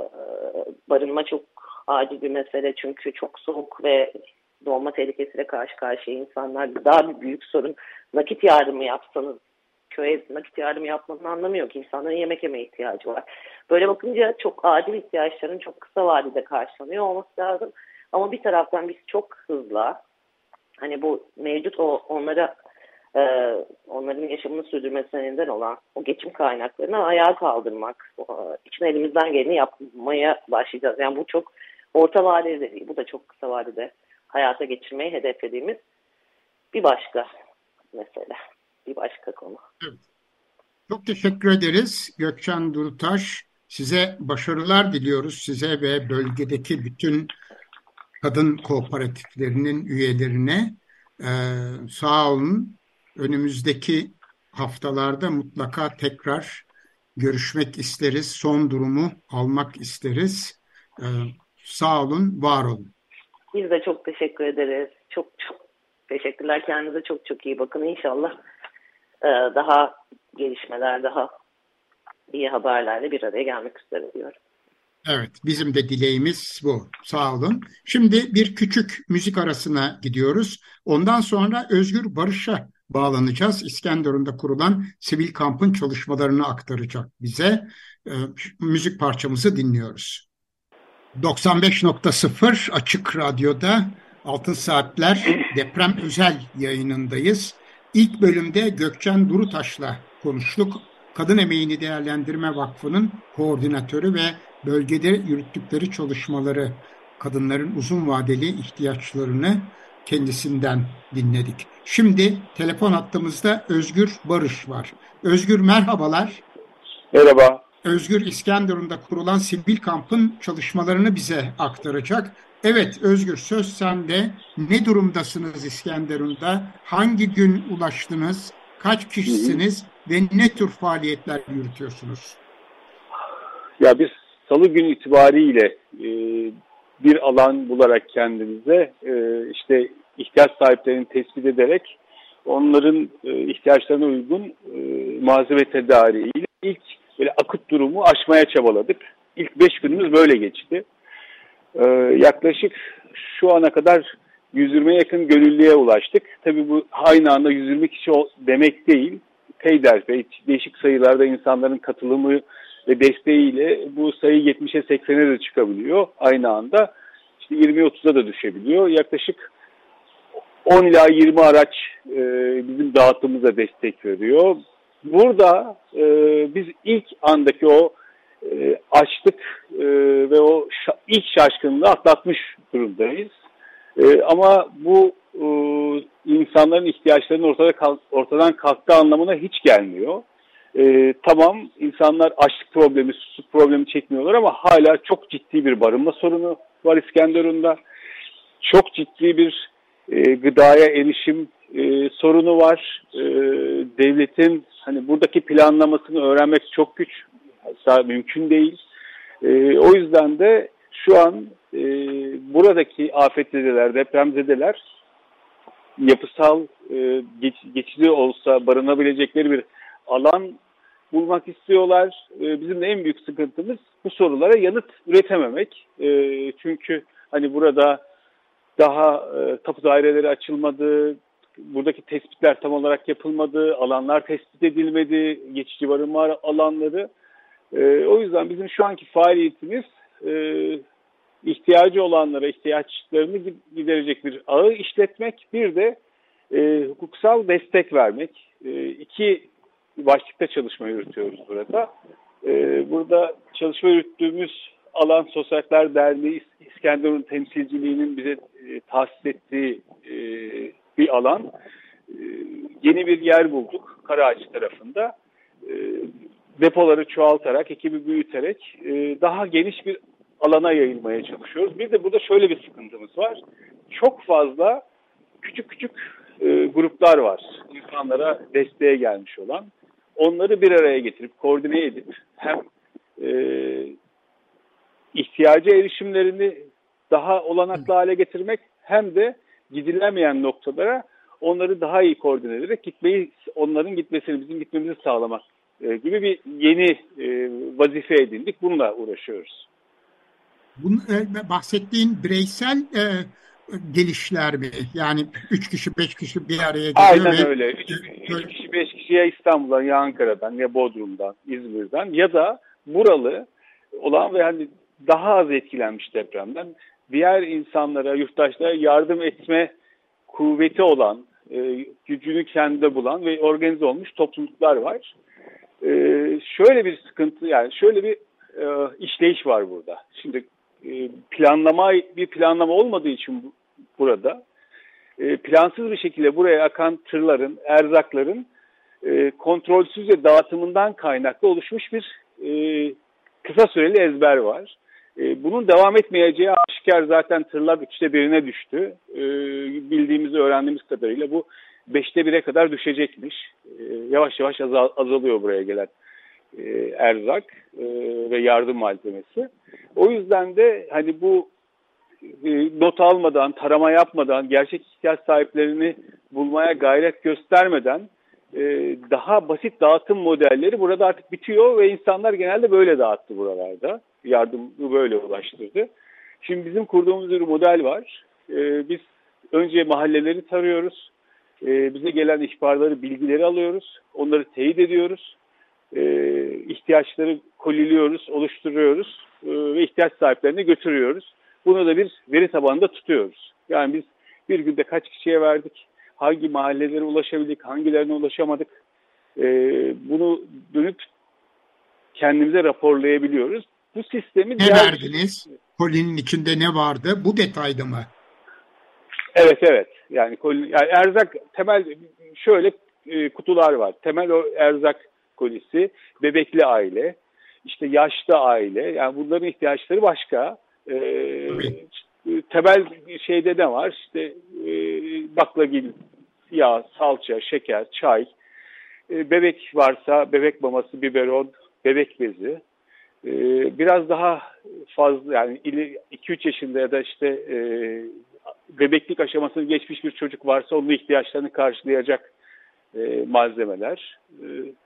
barınma çok acil bir mesele çünkü çok soğuk ve doğma tehlikesiyle karşı karşıya insanlar. Daha bir büyük sorun, nakit yardımı yapsanız köye nakit yardımı yapmanın anlamı yok. İnsanların yemek yemeye ihtiyacı var. Böyle bakınca çok adil ihtiyaçların çok kısa vadede karşılanıyor olması lazım. Ama bir taraftan biz çok hızlı hani bu mevcut o onlara e, onların yaşamını sürdürmesine neden olan o geçim kaynaklarını ayağa kaldırmak o, için elimizden geleni yapmaya başlayacağız. Yani bu çok orta vadede değil. Bu da çok kısa vadede hayata geçirmeyi hedeflediğimiz bir başka mesele. Bir başka konu. Evet. Çok teşekkür ederiz Gökçen Durutaş. Size başarılar diliyoruz. Size ve bölgedeki bütün kadın kooperatiflerinin üyelerine ee, sağ olun. Önümüzdeki haftalarda mutlaka tekrar görüşmek isteriz. Son durumu almak isteriz. Ee, sağ olun, var olun. Biz de çok teşekkür ederiz. Çok çok teşekkürler. Kendinize çok çok iyi bakın. İnşallah e, daha gelişmeler, daha iyi haberlerle bir araya gelmek üzere diyorum. Evet, bizim de dileğimiz bu. Sağ olun. Şimdi bir küçük müzik arasına gidiyoruz. Ondan sonra Özgür Barış'a bağlanacağız. İskenderun'da kurulan sivil kampın çalışmalarını aktaracak bize. Ee, müzik parçamızı dinliyoruz. doksan beş nokta sıfır Açık Radyo'da Altın Saatler deprem özel yayınındayız. İlk bölümde Gökçen Durutaş'la konuştuk. Kadın Emeğini Değerlendirme Vakfı'nın koordinatörü ve bölgede yürüttükleri çalışmaları, kadınların uzun vadeli ihtiyaçlarını kendisinden dinledik. Şimdi telefon hattımızda Özgür Barış var. Özgür merhabalar. Merhaba. Özgür İskenderun'da kurulan sivil kampın çalışmalarını bize aktaracak. Evet Özgür, söz sende. Ne durumdasınız İskenderun'da? Hangi gün ulaştınız? Kaç kişisiniz? Ve ne tür faaliyetler yürütüyorsunuz? Ya biz salı günü itibariyle e, bir alan bularak kendimize e, işte ihtiyaç sahiplerini tespit ederek onların e, ihtiyaçlarına uygun e, malzeme tedariğiyle ilk böyle akut durumu aşmaya çabaladık. İlk beş günümüz böyle geçti. E, yaklaşık şu ana kadar yüz yirmiye yakın gönüllüye ulaştık. Tabii bu aynı anda yüz yirmi kişi demek değil. Peyderpey değişik sayılarda insanların katılımı ve desteğiyle bu sayı yetmişe seksene de çıkabiliyor aynı anda. İşte yirmi otuza da düşebiliyor. Yaklaşık on ila yirmi araç e, bizim dağıttığımıza destek veriyor. Burada e, biz ilk andaki o e, açlık e, ve o şa- ilk şaşkınlığı atlatmış durumdayız. E, ama bu e, insanların ihtiyaçlarının ortada kalk- ortadan kalktığı anlamına hiç gelmiyor. E, tamam insanlar açlık problemi, susuzluk problemi çekmiyorlar ama hala çok ciddi bir barınma sorunu var İskenderun'da. Çok ciddi bir e, gıdaya erişim e, sorunu var. E, devletin hani buradaki planlamasını öğrenmek çok güç, hatta mümkün değil. E, o yüzden de şu an e, buradaki afetzedeler, depremzedeler yapısal e, geç, geçici olsa barınabilecekleri bir alan bulmak istiyorlar. E, bizim de en büyük sıkıntımız bu sorulara yanıt üretememek. E, çünkü hani burada daha e, tapu daireleri açılmadı, buradaki tespitler tam olarak yapılmadı, alanlar tespit edilmedi, geçici barınma alanları. E, o yüzden bizim şu anki faaliyetimiz e, ihtiyacı olanlara ihtiyaçlarını giderecek bir ağı işletmek, bir de e, hukuksal destek vermek. E, iki başlıkta çalışma yürütüyoruz burada. E, burada çalışma yürüttüğümüz alan Sosyal Haklar Derneği İskenderun temsilciliğinin bize e, tahsis ettiği e, bir alan. E, yeni bir yer bulduk Karaağaç tarafında. E, depoları çoğaltarak, ekibi büyüterek e, daha geniş bir alana yayılmaya çalışıyoruz. Bir de burada şöyle bir sıkıntımız var. Çok fazla küçük küçük e, gruplar var. İnsanlara desteğe gelmiş olan. Onları bir araya getirip, koordine edip hem e, ihtiyaca erişimlerini daha olanaklı hale getirmek hem de gidilemeyen noktalara onları daha iyi koordine ederek gitmeyi, onların gitmesini, bizim gitmemizi sağlamak e, gibi bir yeni e, vazife edindik. Bununla uğraşıyoruz. Bunu, e, bahsettiğin bireysel e, gelişler mi? Yani üç kişi, beş kişi bir araya geliyor. Aynen ve, öyle. Üç, üç kişi, beş kişi ya İstanbul'dan, ya Ankara'dan, ya Bodrum'dan, İzmir'den ya da buralı olan ve hani daha az etkilenmiş depremden diğer insanlara, yurttaşlara yardım etme kuvveti olan, e, gücünü kendinde bulan ve organize olmuş topluluklar var. E, şöyle bir sıkıntı, yani şöyle bir e, işleyiş var burada. Şimdi e, planlama bir planlama olmadığı için bu, burada e, plansız bir şekilde buraya akan tırların, erzakların e, kontrolsüzce dağıtımından kaynaklı oluşmuş bir e, kısa süreli ezber var. E, bunun devam etmeyeceği aşikar, zaten tırlar üçte birine düştü. E, bildiğimizi, öğrendiğimiz kadarıyla bu beşte bire kadar düşecekmiş. E, yavaş yavaş azal, azalıyor buraya gelen e, erzak e, ve yardım malzemesi. O yüzden de hani bu e, not almadan, tarama yapmadan, gerçek ihtiyaç sahiplerini bulmaya gayret göstermeden e, daha basit dağıtım modelleri burada artık bitiyor ve insanlar genelde böyle dağıttı buralarda. Yardımı böyle ulaştırdı. Şimdi bizim kurduğumuz bir model var. Ee, biz önce mahalleleri tarıyoruz. Ee, bize gelen ihbarları, bilgileri alıyoruz. Onları teyit ediyoruz. Ee, ihtiyaçları koliliyoruz, oluşturuyoruz ee, ve ihtiyaç sahiplerine götürüyoruz. Bunu da bir veri tabanında tutuyoruz. Yani biz bir günde kaç kişiye verdik, hangi mahallelere ulaşabildik, hangilerine ulaşamadık. Ee, bunu dönüp kendimize raporlayabiliyoruz. Bu sistemi ne diğer... verdiniz? Kolinin içinde ne vardı? Bu detayda mı? Evet evet. Yani, koli, yani erzak temel şöyle e, kutular var. Temel o erzak kolisi, bebekli aile, işte yaşlı aile. Yani bunların ihtiyaçları başka. E, temel şeyde ne var? İşte e, baklagil, yağ, salça, şeker, çay. E, bebek varsa bebek maması, biberon, bebek bezi. Biraz daha fazla, yani iki üç yaşında ya da işte e, bebeklik aşamasını geçmiş bir çocuk varsa onun ihtiyaçlarını karşılayacak e, malzemeler. E,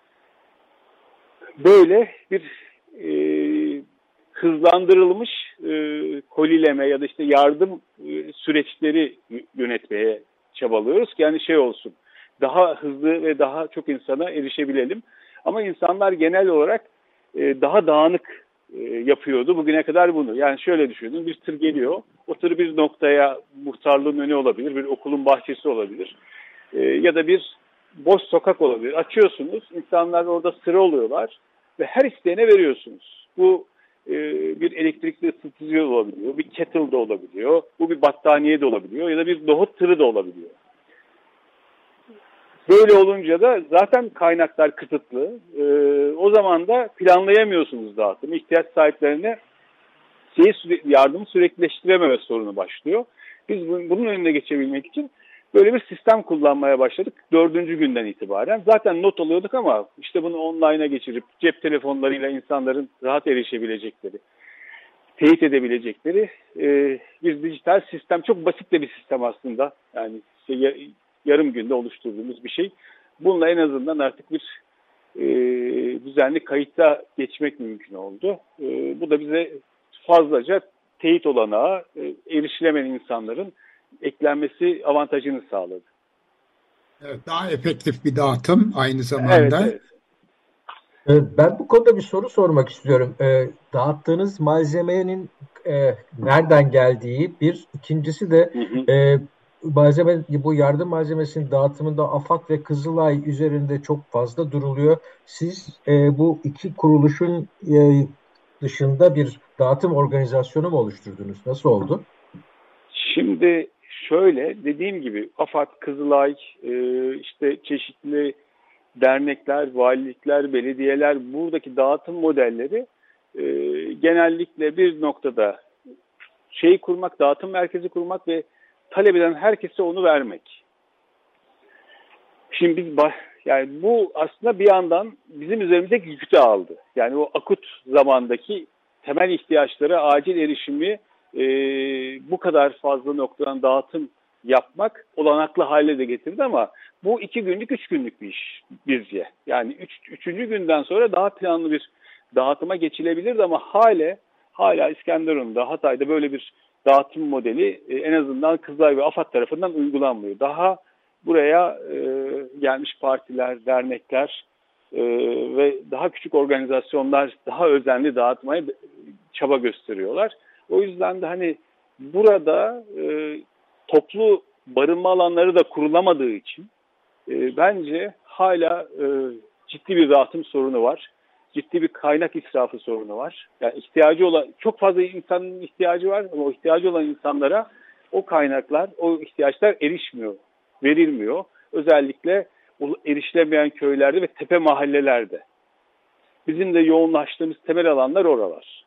böyle bir e, hızlandırılmış e, kolileme ya da işte yardım e, süreçleri yönetmeye çabalıyoruz ki yani şey olsun, daha hızlı ve daha çok insana erişebilelim. Ama insanlar genel olarak daha dağınık yapıyordu bugüne kadar bunu. Yani şöyle düşünün, bir tır geliyor, o tır bir noktaya, muhtarlığın önü olabilir, bir okulun bahçesi olabilir ya da bir boş sokak olabilir. Açıyorsunuz, insanlar orada sıra oluyorlar ve her isteyene veriyorsunuz. Bu bir elektrikli ısıtıcı da olabiliyor, bir kettle de olabiliyor, bu bir battaniye de olabiliyor ya da bir nohut tırı da olabiliyor. Böyle olunca da zaten kaynaklar kısıtlı. Ee, o zaman da planlayamıyorsunuz dağıtımı. İhtiyaç sahiplerine şeyi, yardımı süreklileştirememe sorunu başlıyor. Biz bunun önüne geçebilmek için böyle bir sistem kullanmaya başladık dördüncü günden itibaren. Zaten not alıyorduk ama işte bunu online'a geçirip cep telefonlarıyla insanların rahat erişebilecekleri, teyit edebilecekleri e, bir dijital sistem. Çok basit de bir sistem aslında. Yani işte yarım günde oluşturduğumuz bir şey. Bununla en azından artık bir e, düzenli kayıtta geçmek mümkün oldu. E, bu da bize fazlaca teyit olanağı, e, erişilemeyen insanların eklenmesi avantajını sağladı. Evet, daha efektif bir dağıtım aynı Evet, zamanda. evet. Ben bu konuda bir soru sormak istiyorum. E, dağıttığınız malzemenin e, nereden geldiği bir, ikincisi de Hı hı. e, malzeme bu yardım malzemesinin dağıtımında AFAD ve Kızılay üzerinde çok fazla duruluyor. Siz e, bu iki kuruluşun e, dışında bir dağıtım organizasyonu mu oluşturdunuz? Nasıl oldu? Şimdi şöyle dediğim gibi AFAD, Kızılay, e, işte çeşitli dernekler, valilikler, belediyeler buradaki dağıtım modelleri e, genellikle bir noktada şey kurmak, dağıtım merkezi kurmak ve talep eden herkese onu vermek. Şimdi biz yani bu aslında bir yandan bizim üzerimizdeki yükü de aldı. Yani o akut zamandaki temel ihtiyaçlara acil erişimi e, bu kadar fazla noktadan dağıtım yapmak olanaklı hale de getirdi ama bu iki günlük, üç günlük bir iş bizce. Yani üç, üçüncü günden sonra daha planlı bir dağıtıma geçilebilirdi ama hala hala İskenderun'da, Hatay'da böyle bir dağıtım modeli e, en azından Kızılay ve AFAD tarafından uygulanmıyor. Daha buraya e, gelmiş partiler, dernekler e, ve daha küçük organizasyonlar daha özenli dağıtmaya çaba gösteriyorlar. O yüzden de hani burada e, toplu barınma alanları da kurulamadığı için e, bence hala e, ciddi bir dağıtım sorunu var. Ciddi bir kaynak israfı sorunu var. Yani ihtiyacı olan, çok fazla insanın ihtiyacı var ama o ihtiyacı olan insanlara o kaynaklar, o ihtiyaçlar erişmiyor, verilmiyor. Özellikle erişilemeyen köylerde ve tepe mahallelerde. Bizim de yoğunlaştığımız temel alanlar oralar.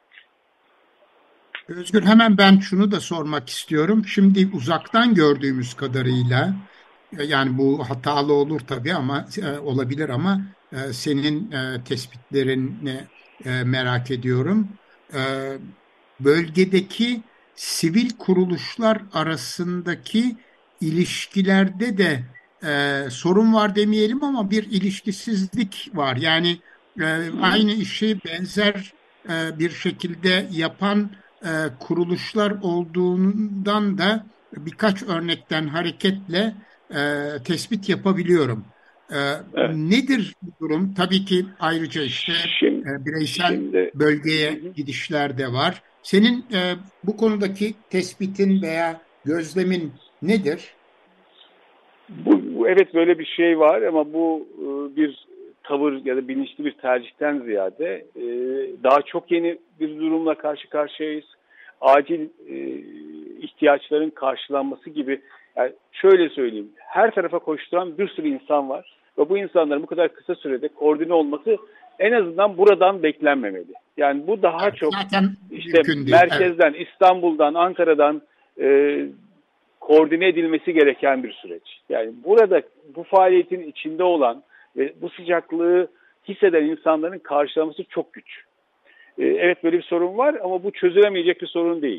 Özgür, hemen ben şunu da sormak istiyorum. Şimdi uzaktan gördüğümüz kadarıyla, yani bu hatalı olur tabii ama e, olabilir ama e, senin e, tespitlerini e, merak ediyorum. E, bölgedeki sivil kuruluşlar arasındaki ilişkilerde de e, sorun var demeyelim ama bir ilişkisizlik var. Yani e, aynı işi benzer e, bir şekilde yapan e, kuruluşlar olduğundan da birkaç örnekten hareketle e, tespit yapabiliyorum. E, Evet. nedir bu durum? Tabii ki ayrıca işte Şimdi, e, bireysel şimdi bölgeye hı hı. gidişler de var. Senin e, bu konudaki tespitin veya gözlemin nedir? Bu, bu evet böyle bir şey var ama bu e, bir tavır ya da bilinçli bir tercihten ziyade e, daha çok yeni bir durumla karşı karşıyayız. Acil e, ihtiyaçların karşılanması gibi, yani şöyle söyleyeyim, her tarafa koşturan bir sürü insan var ve bu insanların bu kadar kısa sürede koordine olması en azından buradan beklenmemeli. Yani bu daha Evet, çok zaten işte mümkün değil. merkezden, evet, İstanbul'dan, Ankara'dan e, koordine edilmesi gereken bir süreç. Yani burada bu faaliyetin içinde olan ve bu sıcaklığı hisseden insanların karşılaması çok güç. Ee, evet böyle bir sorun var ama bu çözülemeyecek bir sorun değil.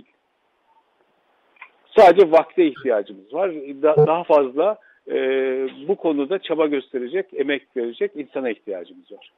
Sadece vakte ihtiyacımız var. Da, daha fazla e, bu konuda çaba gösterecek, emek verecek insana ihtiyacımız var.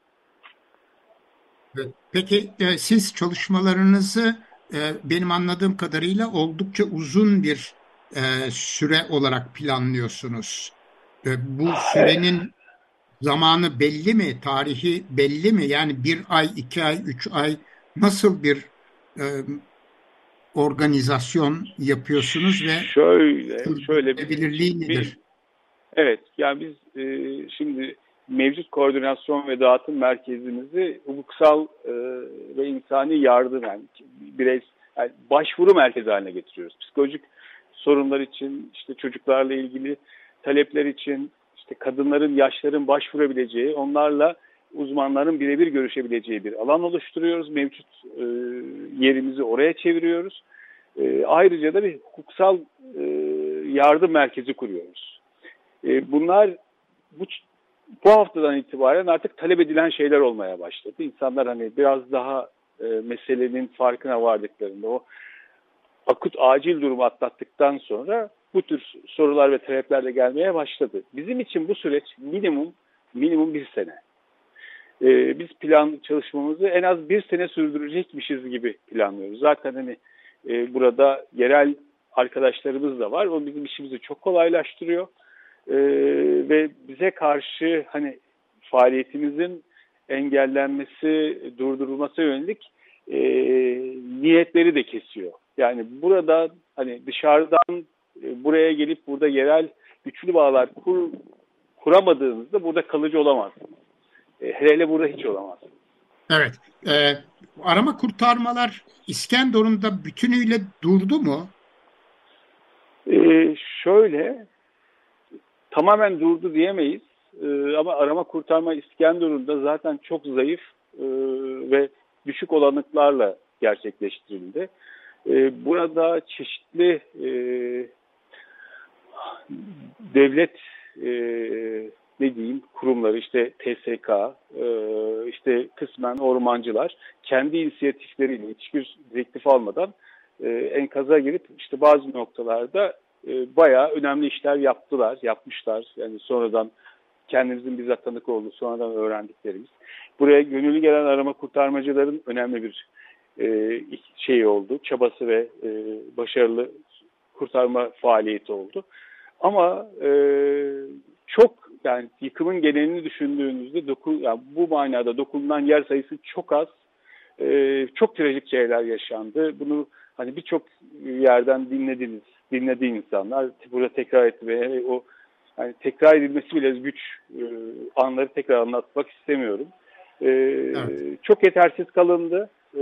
Peki e, siz çalışmalarınızı e, benim anladığım kadarıyla oldukça uzun bir e, süre olarak planlıyorsunuz. E, bu sürenin zamanı belli mi? Tarihi belli mi? Yani bir ay, iki ay, üç ay nasıl bir e, organizasyon yapıyorsunuz ve Şöyle, şöyle bizim belirliği için bir, nedir? evet, yani biz e, şimdi mevcut koordinasyon ve dağıtım merkezimizi hukuksal e, ve insani yardım, yani birey, yani başvuru merkezi haline getiriyoruz. Psikolojik sorunlar için, işte çocuklarla ilgili talepler için, işte kadınların, yaşların başvurabileceği, onlarla uzmanların birebir görüşebileceği bir alan oluşturuyoruz. Mevcut e, yerimizi oraya çeviriyoruz. E, ayrıca da bir hukuksal e, yardım merkezi kuruyoruz. E, bunlar bu, bu haftadan itibaren artık talep edilen şeyler olmaya başladı. İnsanlar hani biraz daha e, meselenin farkına vardıklarında, o akut acil durumu atlattıktan sonra bu tür sorular ve talepler de gelmeye başladı. Bizim için bu süreç minimum minimum bir sene. Ee, biz plan çalışmamızı en az bir sene sürdürecekmişiz gibi planlıyoruz. Zaten hani e, burada yerel arkadaşlarımız da var. O bizim işimizi çok kolaylaştırıyor. Ee, ve bize karşı hani faaliyetimizin engellenmesi, durdurulması yönelik e, niyetleri de kesiyor. Yani burada hani dışarıdan e, buraya gelip burada yerel güçlü bağlar kur, kuramadığınızda burada kalıcı olamazsınız. E, hele hele burada hiç olamazsınız. Evet. E, arama kurtarmalar İskenderun'da bütünüyle durdu mu? E, şöyle tamamen durdu diyemeyiz. E, ama arama kurtarma İskenderun'da zaten çok zayıf e, ve düşük olanaklarla gerçekleştirildi. E, burada çeşitli e, devlet e, ne diyeyim kurumları işte T S K, e, işte kısmen ormancılar kendi inisiyatifleriyle hiçbir direktif almadan e, enkaza girip işte bazı noktalarda e, bayağı önemli işler yaptılar, yapmışlar. Yani sonradan kendimizin bizzat tanık olduğu, sonradan öğrendiklerimiz. Buraya gönüllü gelen arama kurtarmacıların önemli bir e, şey oldu, çabası ve e, başarılı kurtarma faaliyeti oldu. Ama e, çok yani yıkımın genelini düşündüğünüzde doku, yani bu manada dokunulan yer sayısı çok az. E, çok trajik şeyler yaşandı. Bunu hani birçok yerden dinlediniz, dinlediği insanlar burada tekrar etti ve o yani tekrar edilmesi bile güç e, anları tekrar anlatmak istemiyorum. E, evet. Çok yetersiz kalındı. E,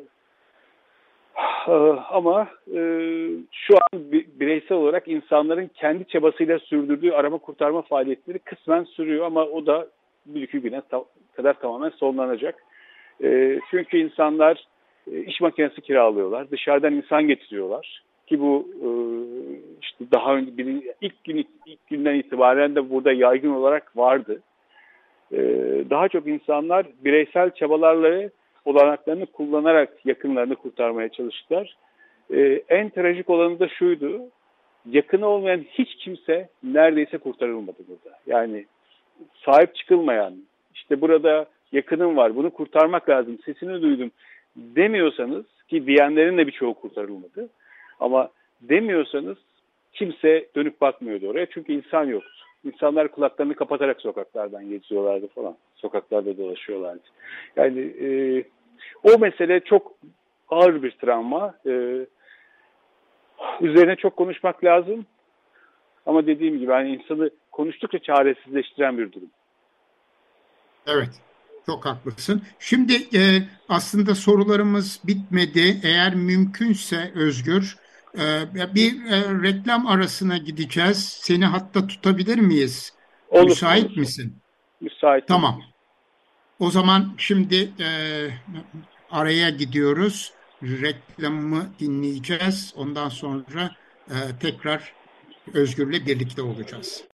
Ama e, şu an bireysel olarak insanların kendi çabasıyla sürdürdüğü arama kurtarma faaliyetleri kısmen sürüyor ama o da bir iki güne ta- kadar tamamen sonlanacak. E, çünkü insanlar e, iş makinesi kiralıyorlar, dışarıdan insan getiriyorlar ki bu e, işte daha önce bir, ilk gün ilk günden itibaren de burada yaygın olarak vardı. E, daha çok insanlar bireysel çabalarla olanaklarını kullanarak yakınlarını kurtarmaya çalıştılar. Ee, en trajik olanı da şuydu. Yakını olmayan hiç kimse neredeyse kurtarılmadı burada. Yani sahip çıkılmayan, işte burada yakınım var, bunu kurtarmak lazım, sesini duydum demiyorsanız ki diyenlerin de birçoğu kurtarılmadı. Ama demiyorsanız kimse dönüp bakmıyordu oraya çünkü insan yoktu. İnsanlar kulaklarını kapatarak sokaklardan geçiyorlardı falan. Sokaklarda dolaşıyorlardı. Yani e, o mesele çok ağır bir travma. E, üzerine çok konuşmak lazım. Ama dediğim gibi yani insanı konuştukça çaresizleştiren bir durum. Evet. Çok haklısın. Şimdi e, aslında sorularımız bitmedi. Eğer mümkünse Özgür, e, bir e, reklam arasına gideceğiz. Seni hatta tutabilir miyiz? Olur, Müsait olur. misin? Müsait. Tamam. O zaman şimdi e, araya gidiyoruz. Reklamı dinleyeceğiz. Ondan sonra e, tekrar Özgür'le birlikte olacağız.